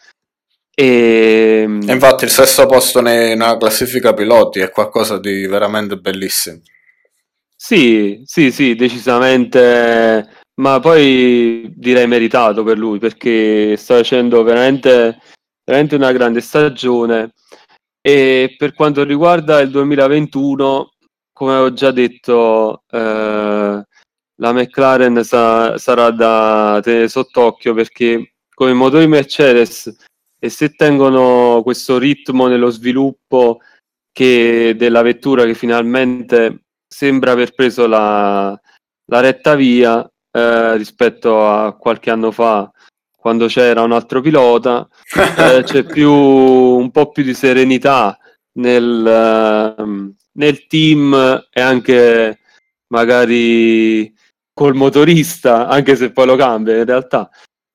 E infatti il sesto posto nella classifica piloti è qualcosa di veramente bellissimo. Sì, sì, sì, decisamente, ma poi direi meritato per lui perché sta facendo veramente, veramente una grande stagione e per quanto riguarda il duemilaventuno, come ho già detto, eh, la McLaren sa- sarà da tenere sott'occhio perché come i motori Mercedes e se tengono questo ritmo nello sviluppo che della vettura che finalmente sembra aver preso la, la retta via eh, rispetto a qualche anno fa quando c'era un altro pilota, eh, c'è più un po' più di serenità nel, uh, nel team e anche magari col motorista, anche se poi lo cambia in realtà.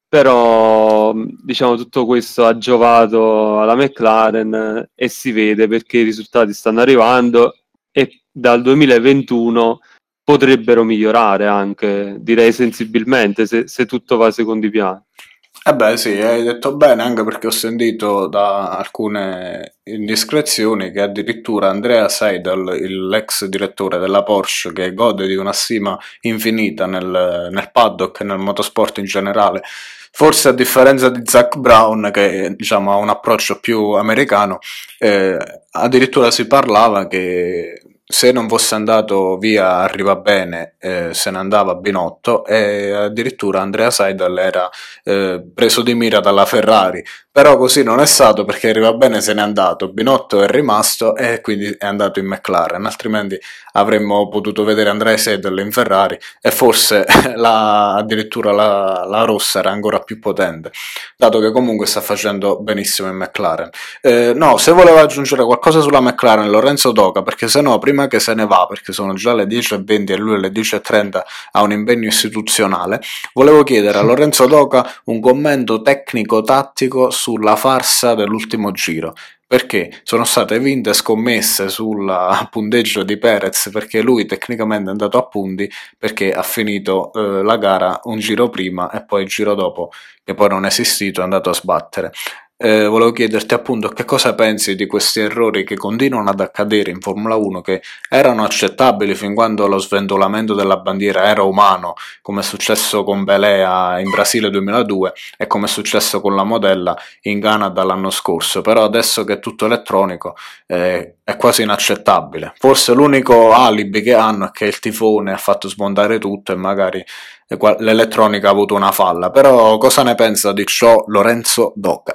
Però diciamo tutto questo ha giovato alla McLaren e si vede perché i risultati stanno arrivando e dal duemilaventuno potrebbero migliorare anche, direi sensibilmente, se, se tutto va secondo i piani. Eh beh sì, hai detto bene, anche perché ho sentito da alcune indiscrezioni che addirittura Andrea Seidel, il- l'ex direttore della Porsche, che gode di una stima infinita nel, nel paddock e nel motorsport in generale, forse a differenza di Zach Brown, che diciamo ha un approccio più americano, eh, addirittura si parlava che se non fosse andato via Arrivabene, eh, se ne andava Binotto, e addirittura Andrea Seidel era eh, preso di mira dalla Ferrari. Però così non è stato, perché Arrivabene se n'è andato, Binotto è rimasto e quindi è andato in McLaren, altrimenti avremmo potuto vedere Andrea Seidel in Ferrari e forse la, addirittura la, la rossa era ancora più potente, dato che comunque sta facendo benissimo in McLaren. Eh, no, se voleva aggiungere qualcosa sulla McLaren Lorenzo Doca, perché se no prima che se ne va, perché sono già le dieci e venti e lui alle dieci e trenta ha un impegno istituzionale, volevo chiedere a Lorenzo Doca un commento tecnico-tattico sulla farsa dell'ultimo giro, perché sono state vinte scommesse sul punteggio di Perez, perché lui tecnicamente è andato a punti perché ha finito eh, la gara un giro prima e poi il giro dopo, che poi non è esistito, è andato a sbattere. Eh, volevo chiederti appunto che cosa pensi di questi errori che continuano ad accadere in Formula uno, che erano accettabili fin quando lo sventolamento della bandiera era umano, come è successo con Belea in Brasile duemiladue e come è successo con la Modella in Canada l'anno scorso, però adesso che è tutto elettronico eh, è quasi inaccettabile. Forse l'unico alibi che hanno è che il tifone ha fatto smontare tutto e magari l'elettronica ha avuto una falla. Però cosa ne pensa di ciò Lorenzo Doca?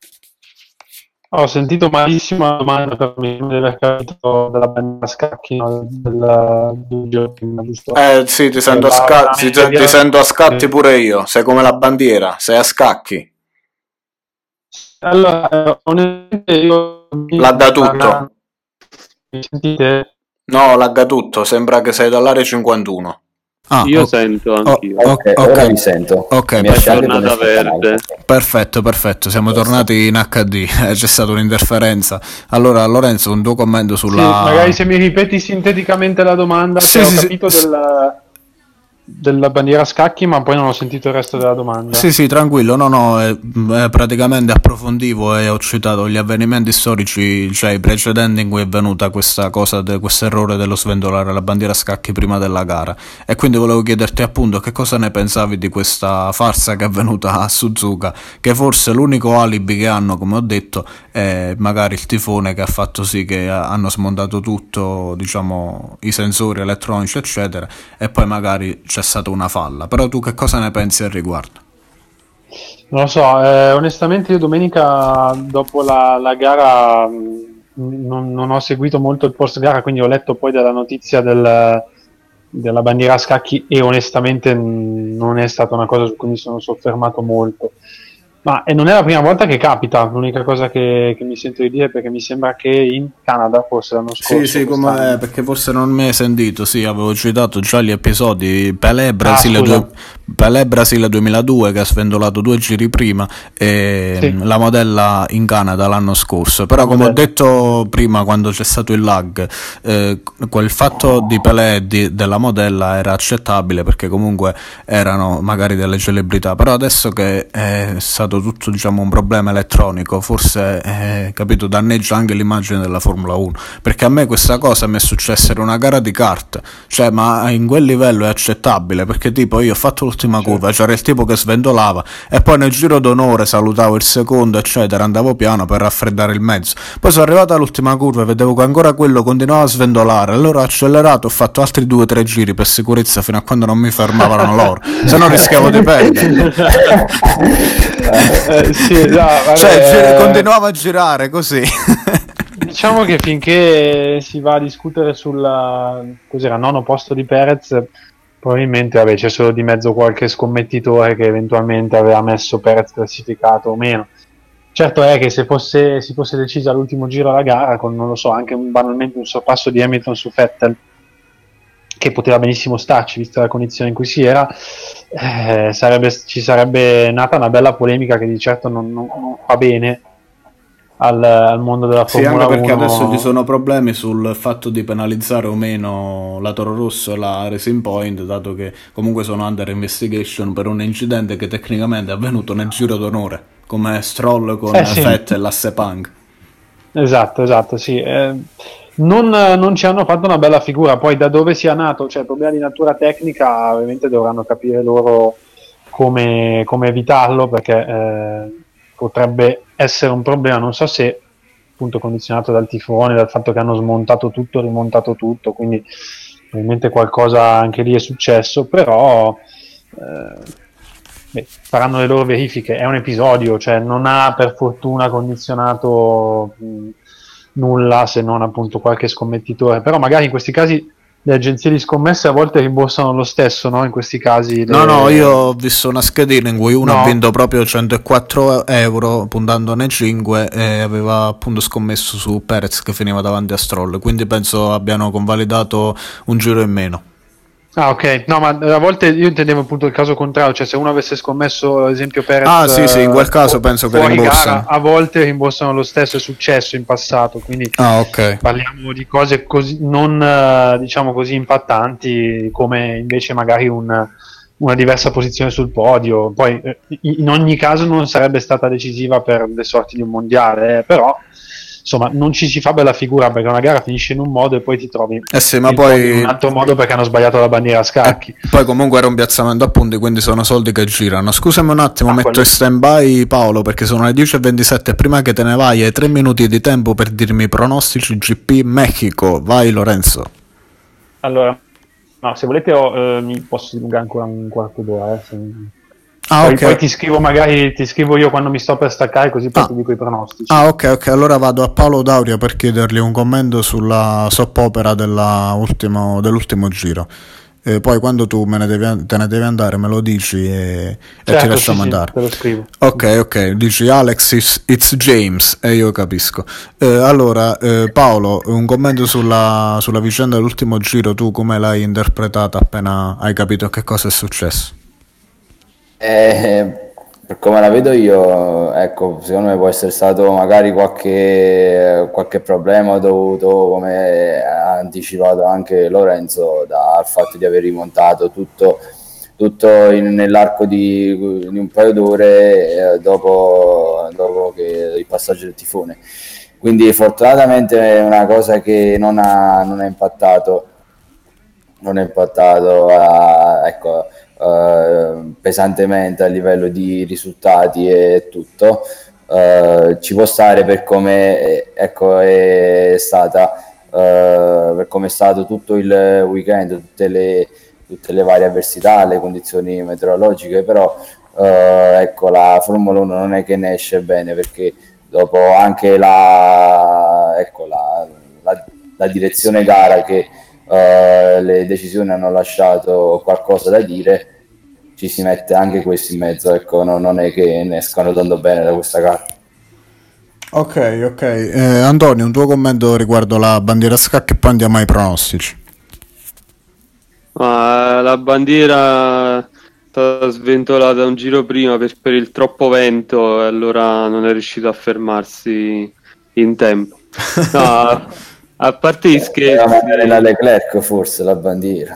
Ho sentito malissimo la domanda, per me deve aver capito della bandiera a scacchi, no, del, del gioco, giusto? Eh sì, ti sento, a sca- ti, ti sento a scatti pure io, sei come la bandiera, sei a scacchi. Allora, onestamente io... Lagga tutto. Mi sentite? No, lagga tutto, sembra che sei dall'area cinquantuno. Ah, io okay. sento anch'io. Oh, ok, okay. Ora mi sento. Ok, mi è tornata verde. Perfetto, perfetto. Siamo Adesso. tornati in acca di. C'è stata un'interferenza. Allora, Lorenzo, un tuo commento sulla. Sì, magari se mi ripeti sinteticamente la domanda, sì, sì, ho capito sì. del. della bandiera a scacchi, ma poi non ho sentito il resto della domanda. Sì, sì, tranquillo, no, no, eh, eh, praticamente approfondivo e ho citato gli avvenimenti storici, cioè i precedenti in cui è venuta questa cosa, de, questo errore dello sventolare la bandiera a scacchi prima della gara, e quindi volevo chiederti appunto che cosa ne pensavi di questa farsa che è avvenuta a Suzuka, che forse l'unico alibi che hanno, come ho detto, è magari il tifone che ha fatto sì che hanno smontato tutto, diciamo, i sensori elettronici eccetera, e poi magari c'è stata una falla. Però tu che cosa ne pensi al riguardo? Non lo so, eh, onestamente io domenica dopo la, la gara mh, non, non ho seguito molto il post gara, quindi ho letto poi della notizia del, della bandiera a scacchi e onestamente mh, non è stata una cosa su cui mi sono soffermato molto. Ma e non è la prima volta che capita, l'unica cosa che, che mi sento di dire, perché mi sembra che in Canada, forse l'anno scorso... Sì, sì, come, eh, perché forse non mi hai sentito, sì, avevo citato già gli episodi Pelé Brasile, ah, due, Pelé Brasile duemiladue che ha sventolato due giri prima e sì. la Modella in Canada l'anno scorso. Però come ho detto prima quando c'è stato il lag, eh, quel fatto di Pelé di, della Modella era accettabile perché comunque erano magari delle celebrità, però adesso che è stato tutto, diciamo, un problema elettronico, forse eh, capito, danneggia anche l'immagine della Formula uno, perché a me questa cosa mi è successa in una gara di kart, cioè, ma in quel livello è accettabile, perché tipo io ho fatto l'ultima curva, c'era il tipo che sventolava e poi nel giro d'onore salutavo il secondo eccetera, andavo piano per raffreddare il mezzo, poi sono arrivato all'ultima curva e vedevo che ancora quello continuava a sventolare, allora ho accelerato, ho fatto altri due o tre giri per sicurezza fino a quando non mi fermavano loro, se no rischiavo di perdere. Eh, sì, no, vabbè, cioè eh, continuava a girare così. Diciamo che finché si va a discutere sul cos'era nono posto di Perez, probabilmente vabbè, c'è solo di mezzo qualche scommettitore che eventualmente aveva messo Perez classificato o meno. Certo è che se fosse, si fosse decisa all'ultimo giro la gara con, non lo so, anche un, banalmente un sorpasso di Hamilton su Vettel, che poteva benissimo starci vista la condizione in cui si era, eh, sarebbe, ci sarebbe nata una bella polemica che di certo non, non, non fa bene al, al mondo della Sì, Formula anche perché uno. adesso ci sono problemi sul fatto di penalizzare o meno la Toro Rosso e la Racing Point, dato che comunque sono under investigation per un incidente che tecnicamente è avvenuto nel giro d'onore, come Stroll con Eh sì. Vettel a Sepang. Esatto, esatto, sì. Eh, non, non ci hanno fatto una bella figura, poi da dove sia nato, cioè problemi di natura tecnica, ovviamente dovranno capire loro come, come evitarlo, perché eh, potrebbe essere un problema, non so se appunto condizionato dal tifone, dal fatto che hanno smontato tutto, rimontato tutto, quindi probabilmente qualcosa anche lì è successo, però eh, beh, faranno le loro verifiche, è un episodio, cioè non ha per fortuna condizionato mh, nulla se non appunto qualche scommettitore, però magari in questi casi le agenzie di scommesse a volte rimborsano lo stesso, no? In questi casi No, le... no, io ho visto una schedina in cui uno No. ha vinto proprio centoquattro euro puntandone cinque e aveva appunto scommesso su Perez che finiva davanti a Stroll, quindi penso abbiano convalidato un giro in meno. Ah, ok, no, ma a volte io intendevo appunto il caso contrario, cioè se uno avesse scommesso ad esempio Perez Ah, sì, sì, in quel eh, caso fu- penso che fuori rimborsano. gara, a volte rimborsano lo stesso, è successo in passato, quindi Ah, ok. parliamo di cose così non eh, diciamo così impattanti come invece magari un- una diversa posizione sul podio. Poi eh, in ogni caso non sarebbe stata decisiva per le sorti di un mondiale, eh, però insomma non ci si fa bella figura perché una gara finisce in un modo e poi ti trovi, Eh sì, ma ti trovi in poi... un altro modo perché hanno sbagliato la bandiera a scacchi. E poi comunque era un piazzamento a punti, quindi sono soldi che girano. Scusami un attimo, Ah, metto quello in sì. stand by Paolo perché sono le dieci e ventisette. Prima che te ne vai hai tre minuti di tempo per dirmi i pronostici G P Mexico. Vai Lorenzo. Allora, no, se volete ho, eh, mi posso dilungare ancora un quarto d'ora. eh, se- Ah, Poi, ok. poi ti scrivo, magari ti scrivo io quando mi sto per staccare, così poi Ah. ti dico i pronostici. Ah, ok, ok. Allora vado a Paolo Dauria per chiedergli un commento sulla soppopera della ultimo- dell'ultimo giro. E poi quando tu me ne devi, te ne devi andare me lo dici e, e ci Certo, sì, lasciamo sì, andare. te lo scrivo. Ok, ok, dici Alex, it's, it's James e io capisco. Eh, allora, eh, Paolo, un commento sulla, sulla vicenda dell'ultimo giro, tu come l'hai interpretata appena hai capito che cosa è successo? Eh, per come la vedo io, ecco, secondo me può essere stato magari qualche, qualche problema dovuto, come ha anticipato anche Lorenzo, dal fatto di aver rimontato tutto, tutto in- nell'arco di, di un paio d'ore eh, dopo, dopo che il passaggio del tifone. Quindi fortunatamente è una cosa che non ha, non ha impattato, non è impattato a- ecco, eh, pesantemente a livello di risultati e tutto. Eh, ci può stare per come eh, ecco, è stata eh, per come è stato tutto il weekend, tutte le, tutte le varie avversità, le condizioni meteorologiche, però eh, ecco, la Formula uno non è che ne esce bene, perché dopo anche la, ecco, la, la, la direzione gara che Uh, le decisioni hanno lasciato qualcosa da dire, ci si mette anche questo in mezzo, ecco, no, non è che ne escano tanto bene da questa gara. Ok, ok. Eh, Antonio, un tuo commento riguardo la bandiera a scacchi e poi andiamo ai pronostici. Ma la bandiera è stata sventolata un giro prima per, per il troppo vento e allora non è riuscito a fermarsi in tempo. No, a parte gli Era magari la scherzi, Leclerc forse la bandiera.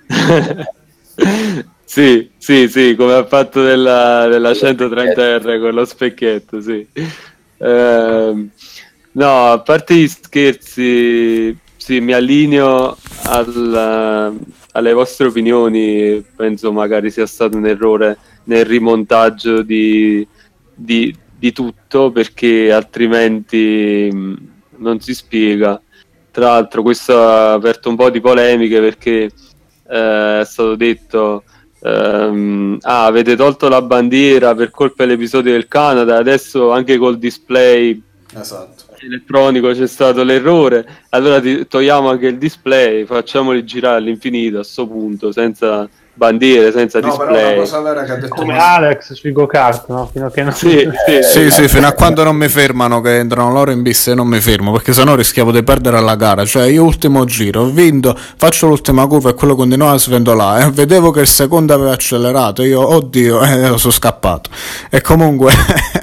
sì, sì, sì, come ha fatto della, della centotrenta R con lo specchietto, sì. Ehm, no, a parte gli scherzi, sì, mi allineo al- alle vostre opinioni. Penso magari sia stato un errore nel rimontaggio di, di- di tutto, perché altrimenti mh, non si spiega. Tra l'altro questo ha aperto un po' di polemiche, perché eh, è stato detto ehm, ah, avete tolto la bandiera per colpa dell'episodio del Canada, adesso anche col display Esatto. elettronico c'è stato l'errore, allora ti- togliamo anche il display, facciamoli girare all'infinito a sto punto senza bandiere, senza No, display. però una cosa vera che ha detto Come Mas- Alex sui go-kart, no? Fino a che non Sì, sì, Sì, sì, fino a quando non mi fermano che entrano loro in pista e non mi fermo, perché sennò rischiavo di perdere la gara. Cioè, io ultimo giro, ho vinto, faccio l'ultima curva e quello continuava a sventolare. E vedevo che il secondo aveva accelerato, io, oddio, eh, sono scappato. E comunque,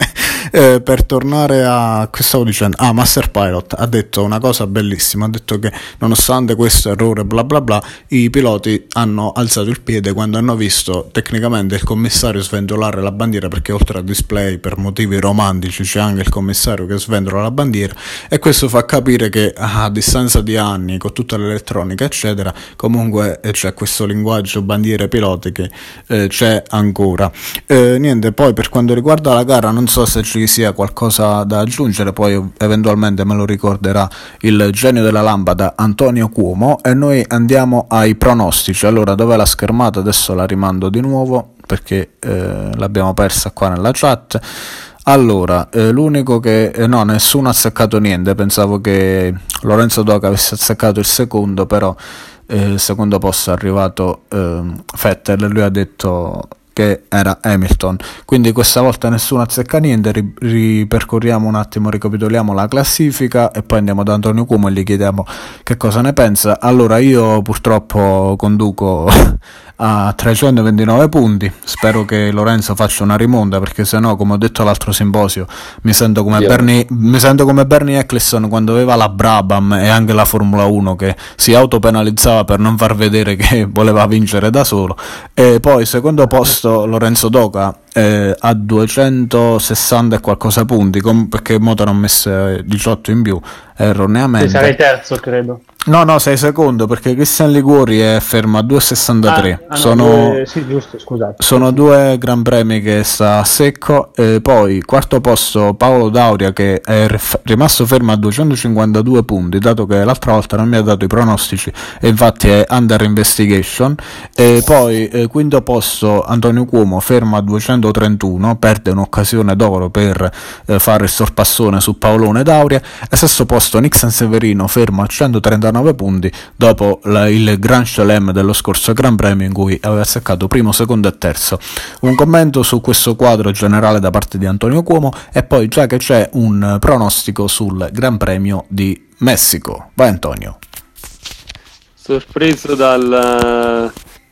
eh, per tornare a... che stavo dicendo? Ah, Master Pilot ha detto una cosa bellissima, ha detto che nonostante questo errore bla bla bla, i piloti hanno alzato il piede quando hanno visto tecnicamente il commissario sventolare la bandiera, perché oltre al display per motivi romantici c'è anche il commissario che sventola la bandiera, e questo fa capire che a distanza di anni, con tutta l'elettronica eccetera, comunque c'è questo linguaggio bandiere piloti che eh, c'è ancora. Eh, niente, poi per quanto riguarda la gara non so se ci sia qualcosa da aggiungere, poi eventualmente me lo ricorderà il genio della lampada Antonio Cuomo, e noi andiamo ai pronostici. Allora, dov'è la schermata? Adesso la rimando di nuovo perché eh, l'abbiamo persa qua nella chat. Allora, eh, l'unico che... Eh, no, nessuno ha azzeccato niente, pensavo che Lorenzo Doca avesse azzeccato il secondo, però eh, il secondo posto è arrivato eh, Vettel, lui ha detto che era Hamilton, quindi questa volta nessuno azzecca niente. Ri- ripercorriamo un attimo, ricapitoliamo la classifica e poi andiamo da Antonio Cuomo e gli chiediamo che cosa ne pensa. Allora, io purtroppo conduco a trecentoventinove punti, spero che Lorenzo faccia una rimonta, perché sennò, come ho detto all'altro simposio, mi sento come Io. Bernie, mi sento come Bernie Eccleston quando aveva la Brabham e anche la Formula uno, che si autopenalizzava per non far vedere che voleva vincere da solo. E poi secondo posto Lorenzo Doca eh, a duecentosessanta e qualcosa punti, com- perché Moto hanno messo diciotto in più erroneamente. sarei terzo, credo. No, no, sei secondo, perché Cristian Liguori è fermo a due virgola sessantatré. Ah, ah, no, sono, due- sì, giusto, scusate. sono due gran premi che sta a secco. E poi quarto posto Paolo Dauria, che è ref- rimasto fermo a duecentocinquantadue punti, dato che l'altra volta non mi ha dato i pronostici e infatti è under investigation. E poi eh, quinto posto Antonio Cuomo, fermo a duecentotrentuno, perde un'occasione d'oro per eh, fare il sorpassone su Paolone Dauria. E sesto posto Nixon Severino, fermo a centotrentanove punti, dopo la, il Grand Chelem dello scorso Gran Premio in cui aveva seccato primo, secondo e terzo. Un commento su questo quadro generale da parte di Antonio Cuomo, e poi già che c'è un pronostico sul Gran Premio di Messico. Vai Antonio. Sorpreso dal,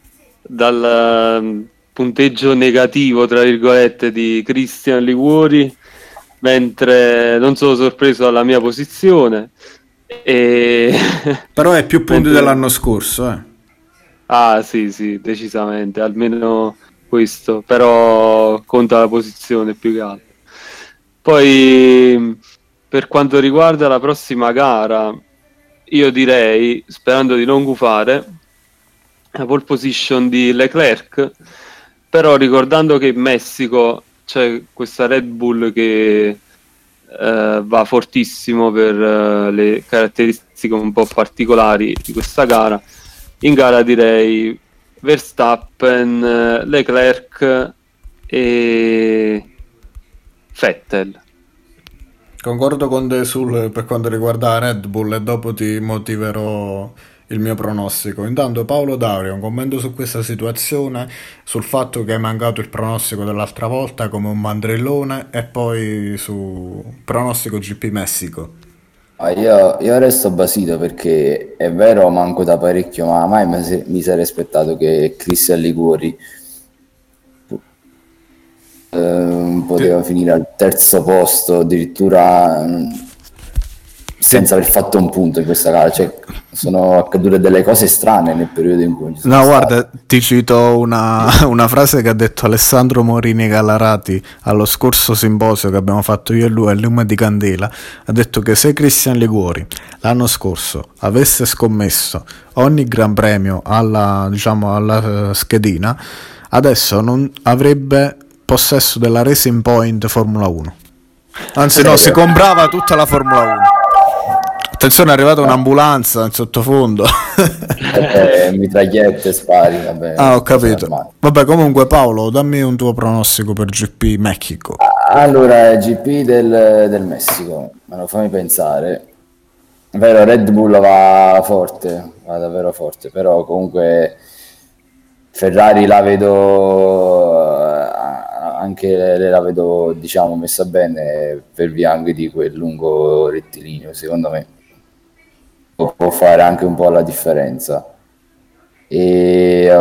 dal punteggio negativo, tra virgolette, di Cristian Liguori, mentre non sono sorpreso dalla mia posizione. E... Però è più punti mentre... dell'anno scorso, eh. Ah sì, sì, decisamente, almeno questo, però conta la posizione più che altro. Poi per quanto riguarda la prossima gara, io direi, sperando di non gufare, la pole position di Leclerc, però ricordando che in Messico c'è questa Red Bull che eh, va fortissimo per eh, le caratteristiche un po' particolari di questa gara. In gara direi Verstappen, Leclerc e Vettel. Concordo con te sul, per quanto riguarda Red Bull, e dopo ti motiverò il mio pronostico. Intanto Paolo Dauria, un commento su questa situazione, sul fatto che è mancato il pronostico dell'altra volta come un mandrillone, e poi su pronostico G P Messico. Ah, io, io resto basito perché è vero, manco da parecchio, ma mai mi, se- mi sarei aspettato che Cristian Liguori eh, poteva finire al terzo posto, addirittura mm, senza aver fatto un punto in questa gara. Cioè, sono accadute delle cose strane nel periodo in cui ci sono No, stato. guarda, ti cito una, una frase che ha detto Alessandro Morini Gallarati allo scorso simposio che abbiamo fatto io e lui al Lume di Candela. Ha detto che se Cristian Liguori l'anno scorso avesse scommesso ogni Gran Premio alla, diciamo, alla uh, schedina, adesso non avrebbe possesso della Racing Point Formula uno. Anzi no, si comprava tutta la Formula uno. Attenzione, è arrivata un'ambulanza in sottofondo. Eh, mitragliette, spari, vabbè. Ah, ho capito. Vabbè, comunque Paolo, dammi un tuo pronostico per G P Messico. Allora, G P del, del Messico, ma lo fammi pensare. È vero, Red Bull va forte, va davvero forte, però comunque Ferrari la vedo, anche la vedo, diciamo, messa bene per via anche di quel lungo rettilineo, secondo me può fare anche un po' la differenza. E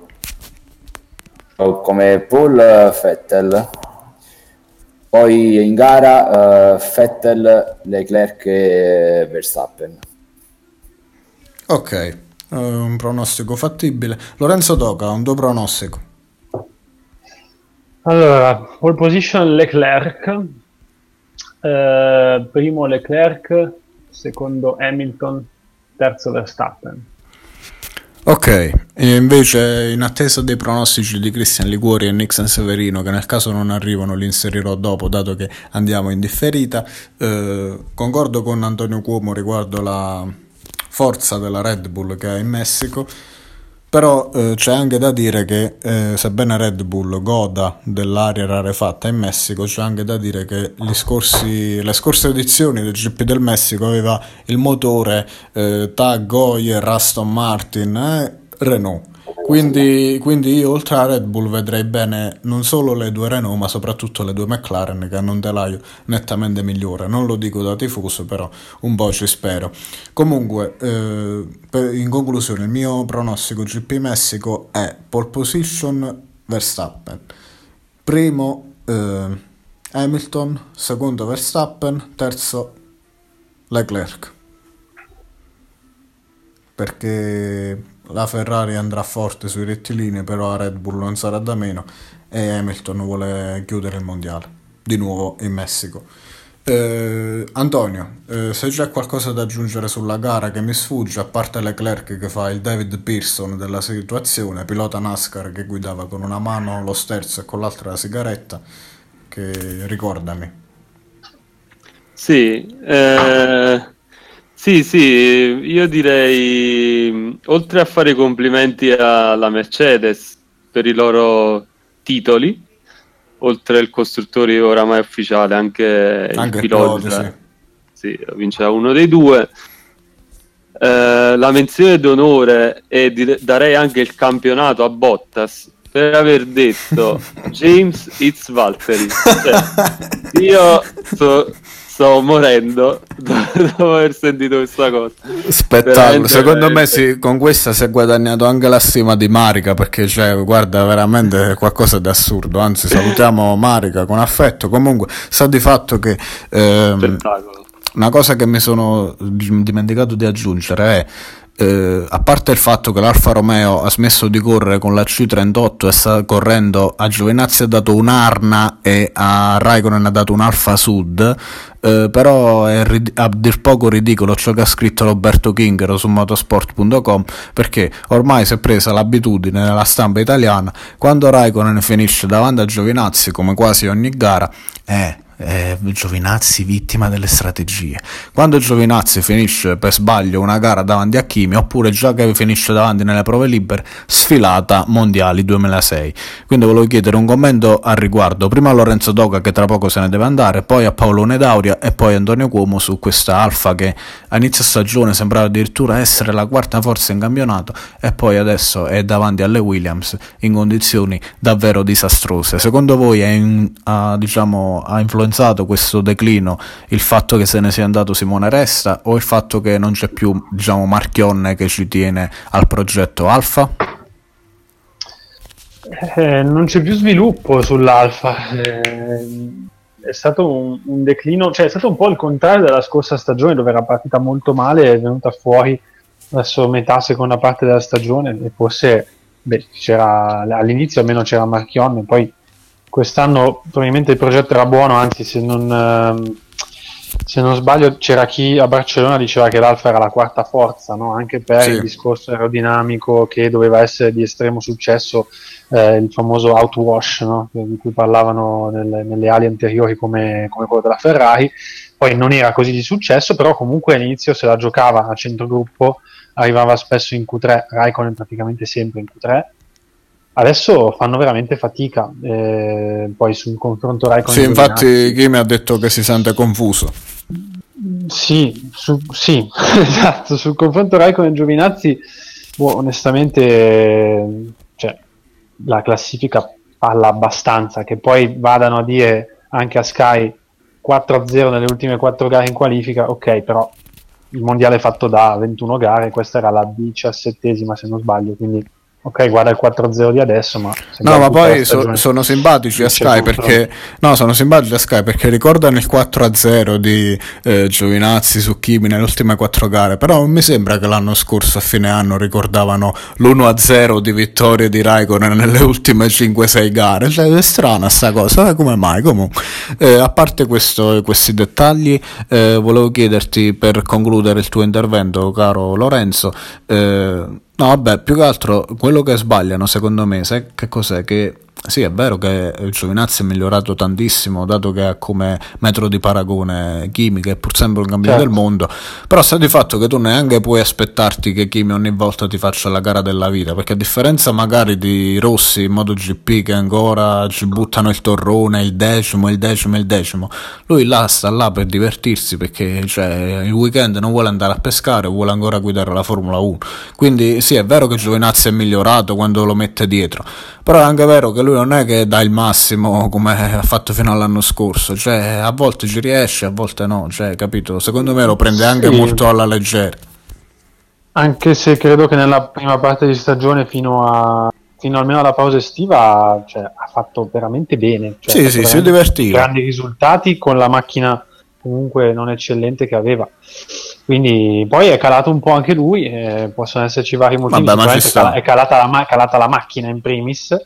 uh, come Paul, Vettel, poi in gara uh, Vettel, Leclerc e Verstappen. Ok, uh, un pronostico fattibile. Lorenzo Doca, un tuo pronostico? Allora, pole position Leclerc, eh, primo Leclerc, secondo Hamilton, terzo Verstappen. Ok, e invece in attesa dei pronostici di Christian Liguori e Nick Severino, che nel caso non arrivano li inserirò dopo dato che andiamo in differita, eh, concordo con Antonio Cuomo riguardo la forza della Red Bull che è in Messico, però eh, c'è anche da dire che eh, sebbene Red Bull goda dell'aria rarefatta in Messico, c'è anche da dire che gli scorsi, le scorse edizioni del G P del Messico aveva il motore eh, Tag Heuer, Aston Martin e eh, Renault. Quindi, quindi io oltre a Red Bull vedrei bene non solo le due Renault ma soprattutto le due McLaren, che hanno un telaio nettamente migliore. Non lo dico da tifoso, però un po' ci spero. Comunque eh, in conclusione il mio pronostico G P Messico è pole position Verstappen, primo eh, Hamilton, secondo Verstappen, terzo Leclerc, perché la Ferrari andrà forte sui rettilinei, però a Red Bull non sarà da meno e Hamilton vuole chiudere il mondiale di nuovo in Messico. eh, Antonio, eh, se c'è qualcosa da aggiungere sulla gara che mi sfugge, a parte Leclerc che fa il David Pearson della situazione, pilota NASCAR che guidava con una mano lo sterzo e con l'altra la sigaretta, che ricordami. Sì, eh... Sì, sì, io direi, oltre a fare i complimenti alla Mercedes per i loro titoli, oltre al costruttore oramai ufficiale, anche, anche il pilota, piloti, sì. Sì, vinceva uno dei due. Eh, la menzione d'onore e dire, darei anche il campionato a Bottas per aver detto James it's Valtteri. Cioè, io so... sto morendo dopo aver sentito questa cosa. Spettacolo, veramente, secondo veramente. me sì, con questa si è guadagnato anche la stima di Marica, perché cioè, guarda, veramente qualcosa di assurdo. Anzi, salutiamo Marica con affetto. Comunque sta di fatto che ehm, una cosa che mi sono dimenticato di aggiungere è Eh, a parte il fatto che l'Alfa Romeo ha smesso di correre con la C trentotto e sta correndo, a Giovinazzi ha dato un'Arna e a Raikkonen ha dato un Alfa Sud, eh, però è rid- a dir poco ridicolo ciò che ha scritto Roberto Kinghero su motorsport punto com, perché ormai si è presa l'abitudine nella stampa italiana, quando Raikkonen finisce davanti a Giovinazzi, come quasi ogni gara, è Eh, Giovinazzi vittima delle strategie. Quando Giovinazzi finisce per sbaglio una gara davanti a Kimi, oppure già che finisce davanti nelle prove libere, sfilata mondiali duemilasei. Quindi volevo chiedere un commento al riguardo, prima a Lorenzo Doca che tra poco se ne deve andare, poi a Paolo Nedauria e poi a Antonio Cuomo su questa Alfa che a inizio stagione sembrava addirittura essere la quarta forza in campionato e poi adesso è davanti alle Williams in condizioni davvero disastrose. Secondo voi è in, ha, diciamo, ha influenzato questo declino il fatto che se ne sia andato Simone Resta o il fatto che non c'è più, diciamo, Marchionne che ci tiene al progetto Alfa? Eh, non c'è più sviluppo sull'Alfa, eh, è stato un, un declino, cioè è stato un po' il contrario della scorsa stagione dove era partita molto male, è venuta fuori verso metà seconda parte della stagione e forse beh, c'era, all'inizio almeno c'era Marchionne, poi quest'anno probabilmente il progetto era buono, anzi se non, ehm, se non sbaglio c'era chi a Barcellona diceva che l'Alfa era la quarta forza, no? Anche per sì. Il discorso aerodinamico che doveva essere di estremo successo, eh, il famoso outwash, no? Di cui parlavano nelle, nelle ali anteriori come, come quello della Ferrari. Poi non era così di successo, però comunque all'inizio se la giocava a centrogruppo, arrivava spesso in Q tre, Raikkonen praticamente sempre in Q tre. Adesso fanno veramente fatica, eh, poi sul confronto Raikkonen. Sì, infatti chi mi ha detto che si sente confuso. Sì, su, sì, esatto, sul confronto Raikkonen e Giovinazzi, boh, onestamente, cioè, la classifica parla abbastanza, che poi vadano a dire anche a Sky quattro a zero nelle ultime quattro gare in qualifica, ok, però il mondiale è fatto da ventuno gare, questa era la diciassettesima se non sbaglio, quindi ok, guarda il quattro a zero di adesso, ma no, ma poi so, sono simpatici a Sky perché no, sono simpatici a Sky perché ricordano il quattro a zero di eh, Giovinazzi su Kimi nelle ultime quattro gare, però non mi sembra che l'anno scorso a fine anno ricordavano l'uno a zero di vittorie di Raikkonen nelle ultime cinque sei gare, cioè è strana sta cosa, eh, come mai? Comunque, eh, a parte questo, questi dettagli, eh, volevo chiederti per concludere il tuo intervento, caro Lorenzo, eh, no, vabbè, più che altro quello che sbagliano secondo me, sai che cos'è? Che sì, è vero che Giovinazzi è migliorato tantissimo, dato che ha come metro di paragone Kimi, che è pur sempre un campione certo. del mondo, però sta di fatto che tu neanche puoi aspettarti che Kimi ogni volta ti faccia la gara della vita, perché a differenza magari di Rossi in MotoGP che ancora ci buttano il torrone, il decimo, il decimo, il decimo, lui là sta là per divertirsi, perché cioè, il weekend non vuole andare a pescare, vuole ancora guidare la Formula uno, quindi sì, è vero che Giovinazzi è migliorato quando lo mette dietro, però è anche vero che lui non è che dà il massimo come ha fatto fino all'anno scorso, cioè a volte ci riesce, a volte no, cioè capito, secondo me lo prende anche sì. molto alla leggera, anche se credo che nella prima parte di stagione fino a fino almeno alla pausa estiva, cioè, ha fatto veramente bene, cioè, sì sì, si divertiva, grandi risultati con la macchina comunque non eccellente che aveva, quindi poi è calato un po' anche lui, eh, possono esserci vari motivi. Vabbè, ma ci sta. è calata la, ma- calata la macchina in primis,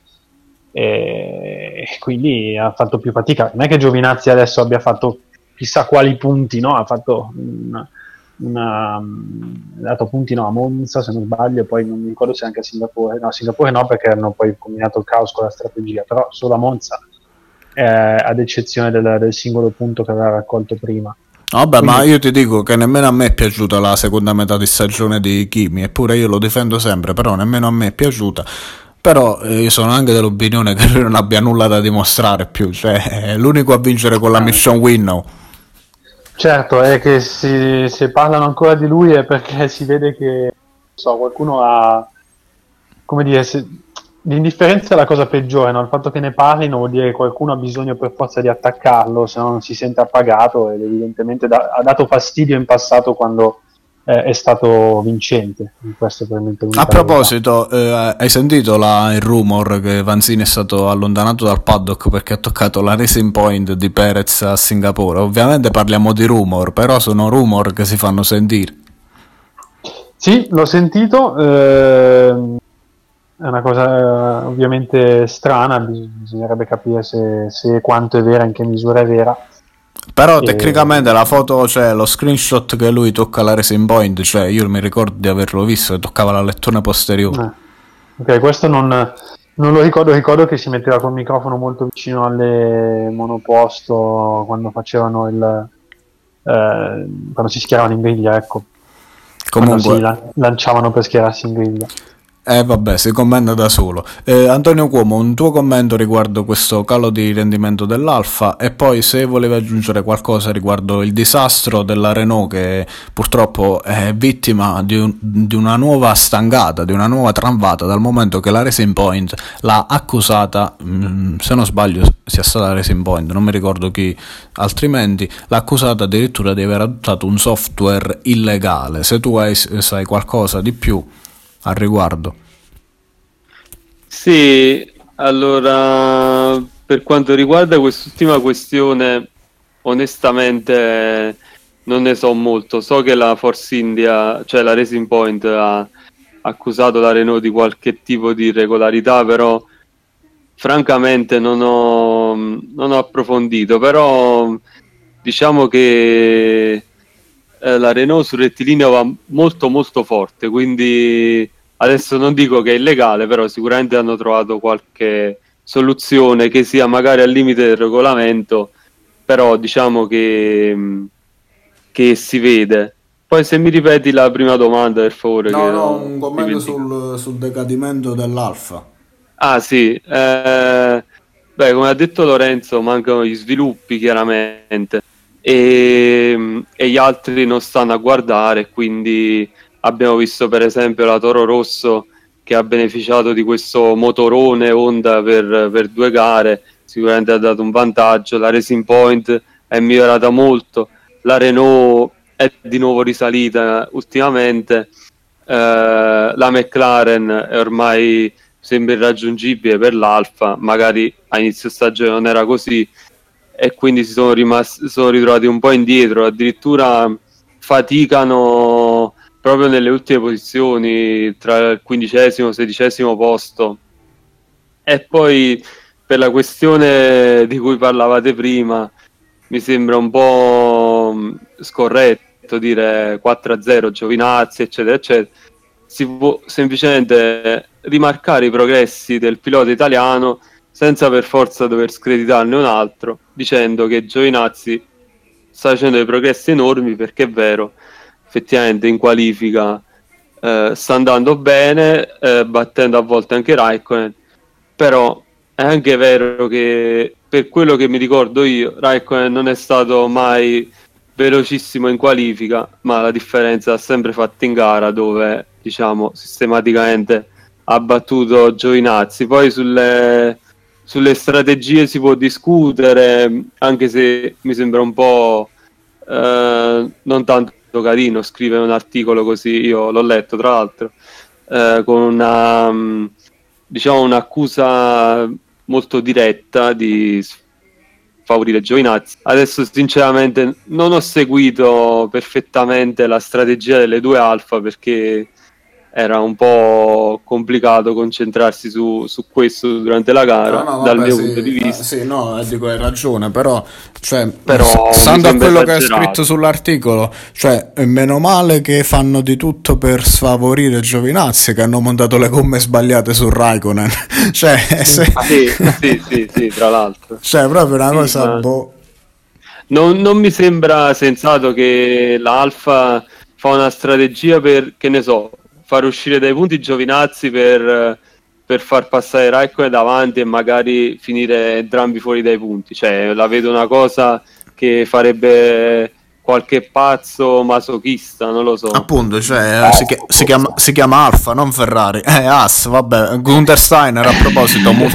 e quindi ha fatto più fatica. Non è che Giovinazzi adesso abbia fatto chissà quali punti, no? Ha fatto una, una, ha dato punti no, a Monza se non sbaglio, poi non mi ricordo se anche a Singapore, no, a Singapore no, perché hanno poi combinato il caos con la strategia, però solo a Monza, eh, ad eccezione del, del singolo punto che aveva raccolto prima. Vabbè, quindi... ma io ti dico che nemmeno a me è piaciuta la seconda metà di stagione di Kimi, eppure io lo difendo sempre, però nemmeno a me è piaciuta. Però eh, io sono anche dell'opinione che lui non abbia nulla da dimostrare più, cioè è l'unico a vincere con la Mission Winnow. Certo, è che si, se parlano ancora di lui è perché si vede che non so, qualcuno ha, come dire, se, l'indifferenza è la cosa peggiore, no? Il fatto che ne parlino vuol dire che qualcuno ha bisogno per forza di attaccarlo, se no non si sente appagato, ed evidentemente da, ha dato fastidio in passato quando eh, è stato vincente. In questo a proposito, eh, hai sentito la, il rumor che Vanzini è stato allontanato dal paddock perché ha toccato la Racing Point di Perez a Singapore? Ovviamente parliamo di rumor, però sono rumor che si fanno sentire. Sì, l'ho sentito, eh... è una cosa eh, ovviamente strana, bis- bisognerebbe capire se, se quanto è vera, in che misura è vera. Però e... tecnicamente la foto, cioè lo screenshot che lui tocca la Racing Point, cioè io mi ricordo di averlo visto che toccava la lettone posteriore. Eh. Ok, questo non, non lo ricordo, ricordo che si metteva col microfono molto vicino alle monoposto quando facevano il... Eh, quando si schieravano in griglia, ecco. Comunque... Quando si lan- lanciavano per schierarsi in griglia. Eh vabbè, si commenta da solo. Eh, Antonio Cuomo, un tuo commento riguardo questo calo di rendimento dell'Alfa, e poi se volevi aggiungere qualcosa riguardo il disastro della Renault, che purtroppo è vittima di, un, di una nuova stangata, di una nuova tramvata, dal momento che la Racing Point l'ha accusata, mh, se non sbaglio sia stata la Racing Point, non mi ricordo chi, altrimenti l'ha accusata addirittura di aver adottato un software illegale. Se tu hai, sai qualcosa di più al riguardo. Sì, allora per quanto riguarda quest'ultima questione, onestamente non ne so molto. So che la Force India, cioè la Racing Point, ha accusato la Renault di qualche tipo di irregolarità, però francamente non ho, non ho approfondito, però diciamo che eh, la Renault sul rettilineo va molto molto forte, quindi adesso non dico che è illegale, però sicuramente hanno trovato qualche soluzione che sia magari al limite del regolamento, però diciamo che, che si vede. Poi se mi ripeti la prima domanda, per favore. No, che no, un commento sul, sul decadimento dell'Alfa. Ah sì, eh, beh, come ha detto Lorenzo, mancano gli sviluppi chiaramente, e, e gli altri non stanno a guardare, quindi abbiamo visto per esempio la Toro Rosso che ha beneficiato di questo motorone Honda per, per due gare, sicuramente ha dato un vantaggio. La Racing Point è migliorata molto, la Renault è di nuovo risalita ultimamente, eh, la McLaren è ormai sembra irraggiungibile per l'Alfa, magari a inizio stagione non era così, e quindi si sono, rimasti, sono ritrovati un po' indietro, addirittura faticano proprio nelle ultime posizioni tra il quindicesimo e sedicesimo posto. E poi per la questione di cui parlavate prima mi sembra un po' scorretto dire quattro a zero Giovinazzi eccetera eccetera. Si può semplicemente rimarcare i progressi del pilota italiano senza per forza dover screditarne un altro, dicendo che Giovinazzi sta facendo dei progressi enormi, perché è vero, effettivamente in qualifica eh, sta andando bene, eh, battendo a volte anche Raikkonen, però è anche vero che per quello che mi ricordo io Raikkonen non è stato mai velocissimo in qualifica, ma la differenza l'ha sempre fatta in gara, dove diciamo sistematicamente ha battuto Giovinazzi. Poi sulle, sulle strategie si può discutere, anche se mi sembra un po' eh, non tanto carino scrivere un articolo così, io l'ho letto tra l'altro, eh, con una diciamo un'accusa molto diretta di favorire Giovinazzi. Adesso sinceramente non ho seguito perfettamente la strategia delle due Alfa, perché era un po' complicato concentrarsi su, su questo durante la gara, no, no, dal vabbè, mio sì, punto di vista. eh, sì, no, dico, hai ragione, però, cioè, Però stando a quello che hai esagerato. scritto sull'articolo, cioè, meno male che fanno di tutto per sfavorire Giovinazzi, che hanno montato le gomme sbagliate su Raikkonen. Cioè, se... sì, sì, sì, sì, tra l'altro. Cioè, proprio una Sì, cosa, ma... boh. Non, non mi sembra sensato che l'Alfa fa una strategia per, che ne so, far uscire dai punti Giovinazzi per, per far passare Raikkonen davanti e magari finire entrambi fuori dai punti. Cioè, la vedo una cosa che farebbe qualche pazzo masochista, non lo so. Appunto, cioè, si, chi- si chiama, si chiama Alfa, non Ferrari. Eh, Haas, vabbè. Gunther Steiner, a proposito, mul-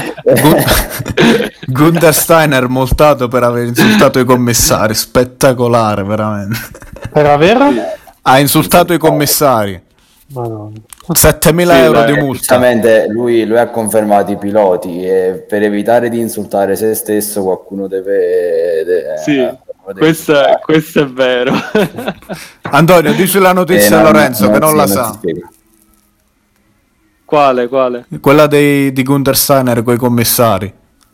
Gun- Gunther Steiner multato per aver insultato i commissari. Spettacolare, veramente. Per aver? Ha insultato i commissari. Madonna. settemila Sì, euro dai, di multa. Giustamente lui, lui ha confermato i piloti, e per evitare di insultare se stesso qualcuno deve... deve Sì, qualcuno deve questo, insultare. questo è vero. Antonio, dici la notizia Eh, a non- Lorenzo, che non si- la si sa. spiega. Quale, quale? Quella dei, di Gunther Steiner con i commissari.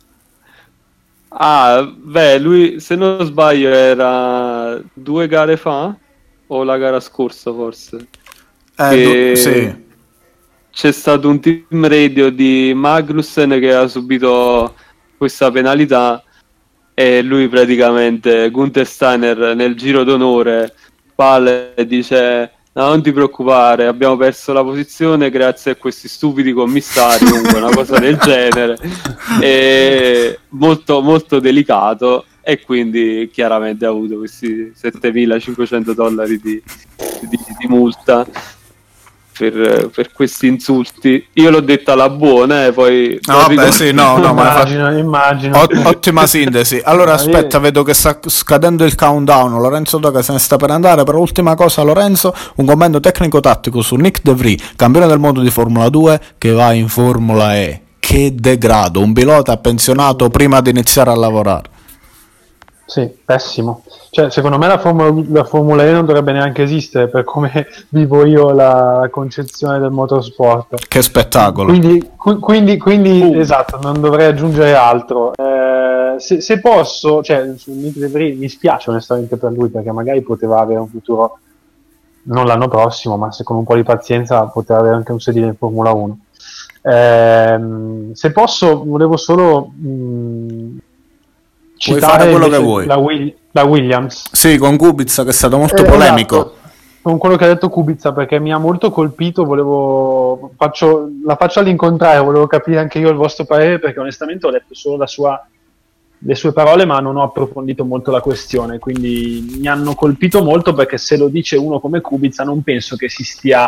Ah, beh, lui, se non sbaglio, era due gare fa, o la gara scorsa forse, Eh, che du- sì. c'è stato un team radio di Magnussen che ha subito questa penalità, e lui praticamente, Gunther Steiner, nel giro d'onore parla e dice: no, non ti preoccupare, abbiamo perso la posizione grazie a questi stupidi commissari, comunque una cosa del genere, e molto molto delicato, e quindi chiaramente ha avuto questi settemilacinquecento dollari di, di, di multa per, per questi insulti. Io l'ho detta alla buona, e poi No, vabbè, sì, no, no, ma immagino, immagino. Ot- ottima sintesi. Allora, aspetta, vedo che sta scadendo il countdown. Lorenzo Doga se ne sta per andare. Per ultima cosa, Lorenzo, un commento tecnico-tattico su Nick De Vries, campione del mondo di Formula due, che va in Formula E. Che degrado, un pilota pensionato prima di iniziare a lavorare. Sì, pessimo. Cioè, secondo me la Formula, la Formula E non dovrebbe neanche esistere, per come vivo io la concezione del motorsport. Che spettacolo. Quindi, qui- quindi, quindi Uh. esatto, non dovrei aggiungere altro. Eh, se, se posso, cioè, su Nick De Vries mi spiace onestamente per lui, perché magari poteva avere un futuro, non l'anno prossimo, ma se con un po' di pazienza poteva avere anche un sedile in Formula uno. Ehm, se posso, volevo solo mh, Puoi citare fare quello invece che vuoi. La, Will- la Williams. Sì, con Kubica, che è stato molto Eh, polemico. esatto, con quello che ha detto Kubica, perché mi ha molto colpito. Volevo faccio, la faccio all'incontrario, volevo capire anche io il vostro parere, perché onestamente ho letto solo la sua, le sue parole, ma non ho approfondito molto la questione, quindi mi hanno colpito molto, perché se lo dice uno come Kubica non penso che si stia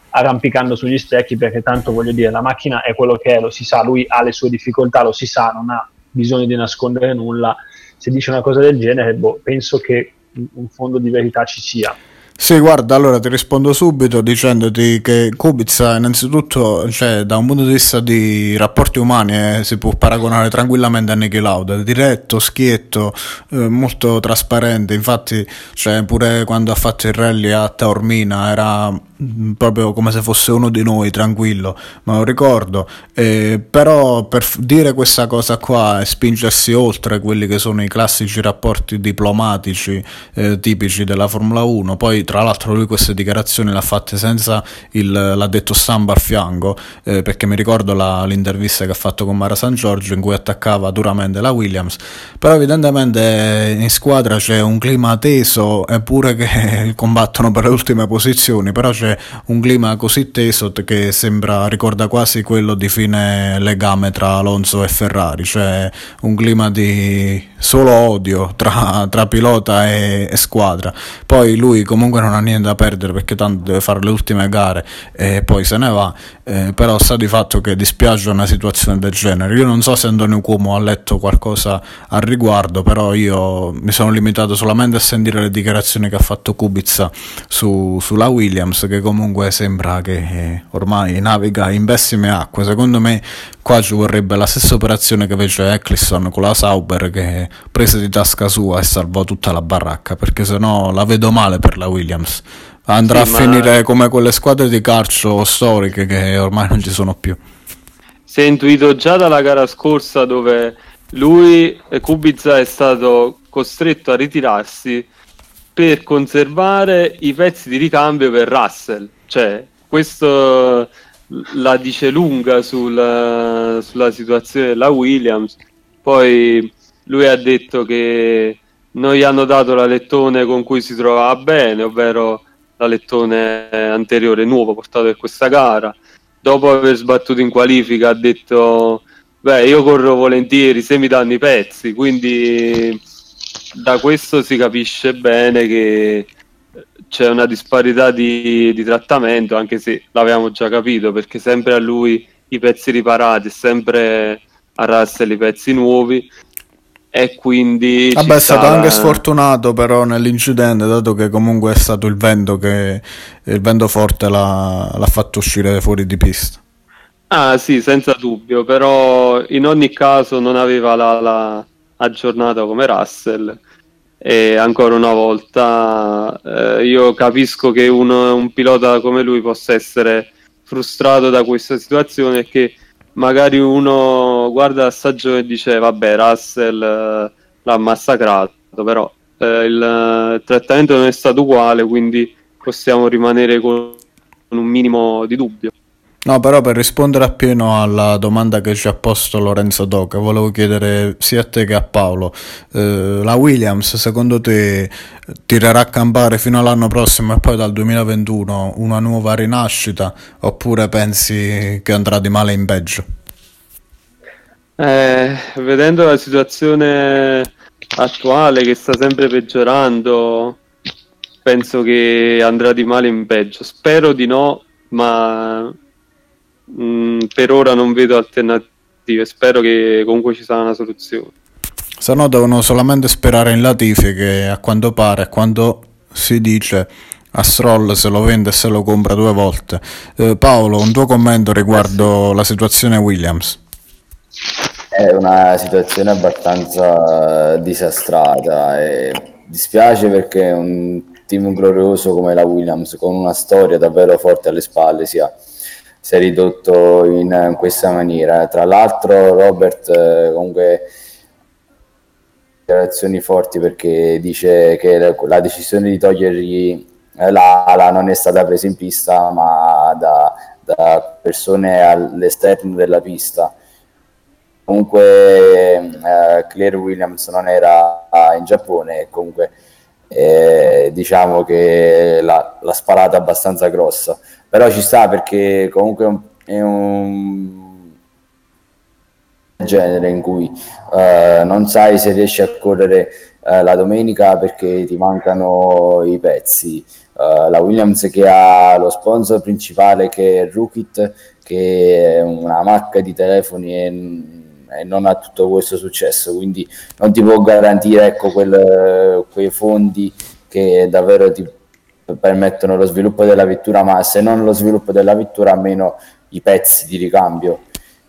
arrampicando sugli specchi, perché tanto, voglio dire, la macchina è quello che è, lo si sa, lui ha le sue difficoltà, lo si sa, non ha bisogno di nascondere nulla. Se dice una cosa del genere, boh, penso che un fondo di verità ci sia. Sì, guarda, allora ti rispondo subito dicendoti che Kubica innanzitutto, cioè, da un punto di vista di rapporti umani, eh, si può paragonare tranquillamente a Niki Lauda, diretto, schietto, eh, molto trasparente. Infatti, cioè, pure quando ha fatto il rally a Taormina era mh, proprio come se fosse uno di noi, tranquillo, me lo ricordo. Eh, però per f- dire questa cosa qua e spingersi oltre quelli che sono i classici rapporti diplomatici eh, tipici della Formula uno, poi tra l'altro lui queste dichiarazioni le ha fatte senza il, l'addetto stampa al fianco, eh, perché mi ricordo la, l'intervista che ha fatto con Mara San Giorgio in cui attaccava duramente la Williams, però evidentemente in squadra c'è un clima teso, eppure che combattono per le ultime posizioni, però c'è un clima così teso che sembra, ricorda quasi quello di fine legame tra Alonso e Ferrari, cioè un clima di solo odio tra, tra pilota e, e squadra. Poi lui comunque non ha niente da perdere perché tanto deve fare le ultime gare e poi se ne va, eh, però sta di fatto che dispiace una situazione del genere. Io non so se Antonio Cuomo ha letto qualcosa al riguardo, però io mi sono limitato solamente a sentire le dichiarazioni che ha fatto Kubica su, sulla Williams, che comunque sembra che ormai naviga in pessime acque. Secondo me qua ci vorrebbe la stessa operazione che fece Eccleston con la Sauber, che prese di tasca sua e salvò tutta la baracca, perché sennò la vedo male per la Williams. Andrà sì, a finire ma... come quelle squadre di calcio storiche che ormai non ci sono più. Si è intuito già dalla gara scorsa, dove lui, Kubica, è stato costretto a ritirarsi per conservare i pezzi di ricambio per Russell. Cioè, questo la dice lunga sulla, sulla situazione della Williams. Poi lui ha detto che non gli hanno dato la lettone con cui si trovava bene, ovvero la lettone anteriore nuovo portato per questa gara. Dopo aver sbattuto in qualifica ha detto: beh, io corro volentieri se mi danno i pezzi. Quindi da questo si capisce bene che c'è una disparità di, di trattamento, anche se l'avevamo già capito, perché sempre a lui i pezzi riparati, sempre a Russell i pezzi nuovi. E quindi vabbè, è stato la... anche sfortunato però nell'incidente, dato che comunque è stato il vento che il vento forte l'ha, l'ha fatto uscire fuori di pista. Ah sì, senza dubbio, però in ogni caso non aveva la, la aggiornata come Russell. E ancora una volta eh, io capisco che uno, un pilota come lui possa essere frustrato da questa situazione, e che magari uno guarda la stagione e dice vabbè, Russell eh, l'ha massacrato, però eh, il trattamento non è stato uguale, quindi possiamo rimanere con un minimo di dubbio. No, però per rispondere appieno alla domanda che ci ha posto Lorenzo Doca, volevo chiedere sia a te che a Paolo, eh, la Williams secondo te tirerà a campare fino all'anno prossimo e poi dal duemilaventuno una nuova rinascita, oppure pensi che andrà di male in peggio? Eh, vedendo la situazione attuale che sta sempre peggiorando, penso che andrà di male in peggio. Spero di no, ma mh, per ora non vedo alternative. Spero che comunque ci sarà una soluzione. Se no devono solamente sperare in Latifi, che a quanto pare, a quanto si dice, a Stroll se lo vende e se lo compra due volte. Eh, Paolo, un tuo commento riguardo eh sì. la situazione Williams? È una situazione abbastanza disastrata e dispiace, perché è un team glorioso come la Williams, con una storia davvero forte alle spalle, sia si è ridotto in, in questa maniera. Tra l'altro Robert eh, comunque dichiarazioni forti, perché dice che la, la decisione di togliergli eh, l'ala non è stata presa in pista, ma da, da persone all'esterno della pista. Comunque eh, Claire Williams non era in Giappone, e comunque eh, diciamo che l'ha, l'ha sparata abbastanza grossa, però ci sta, perché comunque è un, è un genere in cui eh, non sai se riesci a correre eh, la domenica perché ti mancano i pezzi, uh, la Williams che ha lo sponsor principale che è Rookit, che è una marca di telefoni e, e non ha tutto questo successo, quindi non ti può garantire, ecco, quel, quei fondi che davvero ti permettono lo sviluppo della vettura, ma se non lo sviluppo della vettura almeno i pezzi di ricambio.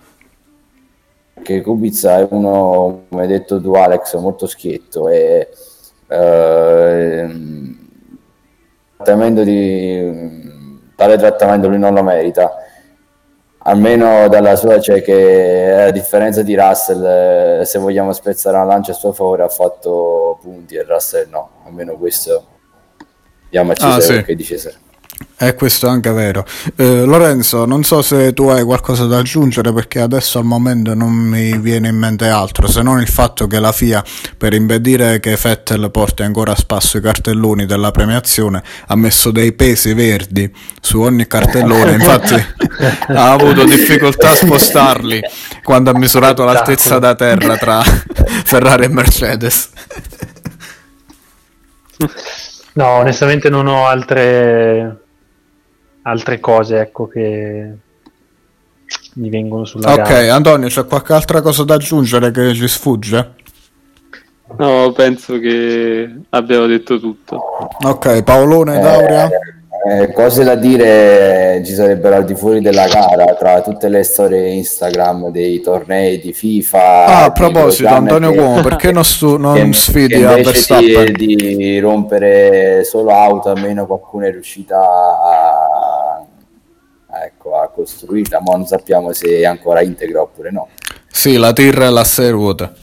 Che Kubica è uno, come hai detto tu Alex, molto schietto e eh, trattamento di, tale trattamento lui non lo merita, almeno dalla sua, cioè che a differenza di Russell, se vogliamo spezzare una lancia a suo favore, ha fatto punti e Russell no, almeno questo diamo a Cesare, ah, sì. Che dice Cesare. E questo è anche vero. eh, Lorenzo, non so se tu hai qualcosa da aggiungere, perché adesso al momento non mi viene in mente altro, se non il fatto che la F I A, per impedire che Vettel porti ancora a spasso i cartelloni della premiazione, ha messo dei pesi verdi su ogni cartellone. Infatti ha avuto difficoltà a spostarli quando ha misurato l'altezza da terra tra Ferrari e Mercedes. No, onestamente non ho altre altre cose, ecco, che mi vengono sulla Ok, gara. Antonio, c'è qualche altra cosa da aggiungere che ci sfugge? No, penso che abbiamo detto tutto. Ok, Paolone, Dauria? Eh, eh, cose da dire ci sarebbero al di fuori della gara, tra tutte le storie Instagram dei tornei di FIFA. Ah, a proposito, Antonio che, Cuomo, perché non, stu- non che, sfidi che a invece Verstappen? Di, di rompere solo auto, almeno qualcuno è riuscita a, ecco, a costruirla, ma non sappiamo se è ancora integra oppure no. Sì, la tir e la sei ruote.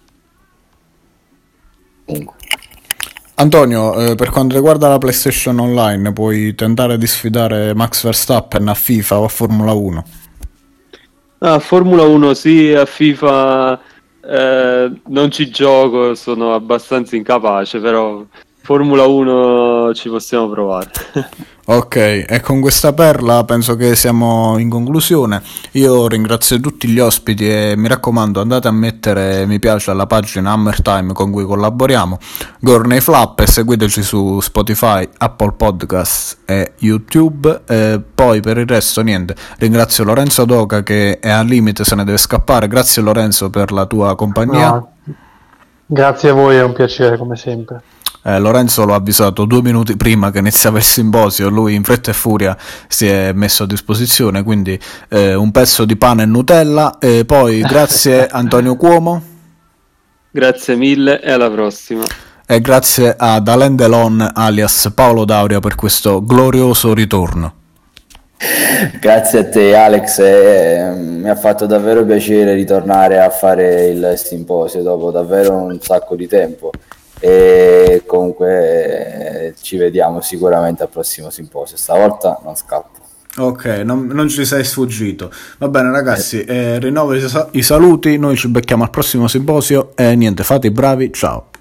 Comunque. Antonio, eh, per quanto riguarda la PlayStation Online, puoi tentare di sfidare Max Verstappen a FIFA o a Formula uno? A Formula uno sì, a FIFA eh, non ci gioco, sono abbastanza incapace, però Formula uno ci possiamo provare. Ok, e con questa perla penso che siamo in conclusione. Io ringrazio tutti gli ospiti e mi raccomando, andate a mettere mi piace alla pagina Hammer Time con cui collaboriamo, Gorney Flap, e seguiteci su Spotify, Apple Podcasts e YouTube. E poi per il resto niente, ringrazio Lorenzo Doca che è al limite, se ne deve scappare. Grazie Lorenzo per la tua compagnia. No, grazie a voi, è un piacere come sempre. Eh, Lorenzo l'ho avvisato due minuti prima che iniziava il simposio, lui in fretta e furia si è messo a disposizione, quindi eh, un pezzo di pane e Nutella. E poi grazie Antonio Cuomo, grazie mille e alla prossima, e grazie ad Alain Delon alias Paolo Dauria per questo glorioso ritorno. Grazie a te Alex, eh, mi ha fatto davvero piacere ritornare a fare il simposio dopo davvero un sacco di tempo. E comunque eh, ci vediamo sicuramente al prossimo simposio, stavolta non scappo. Ok, non, non ci sei sfuggito. Va bene ragazzi, eh, rinnovo i, i saluti, noi ci becchiamo al prossimo simposio e niente, fate i bravi, ciao.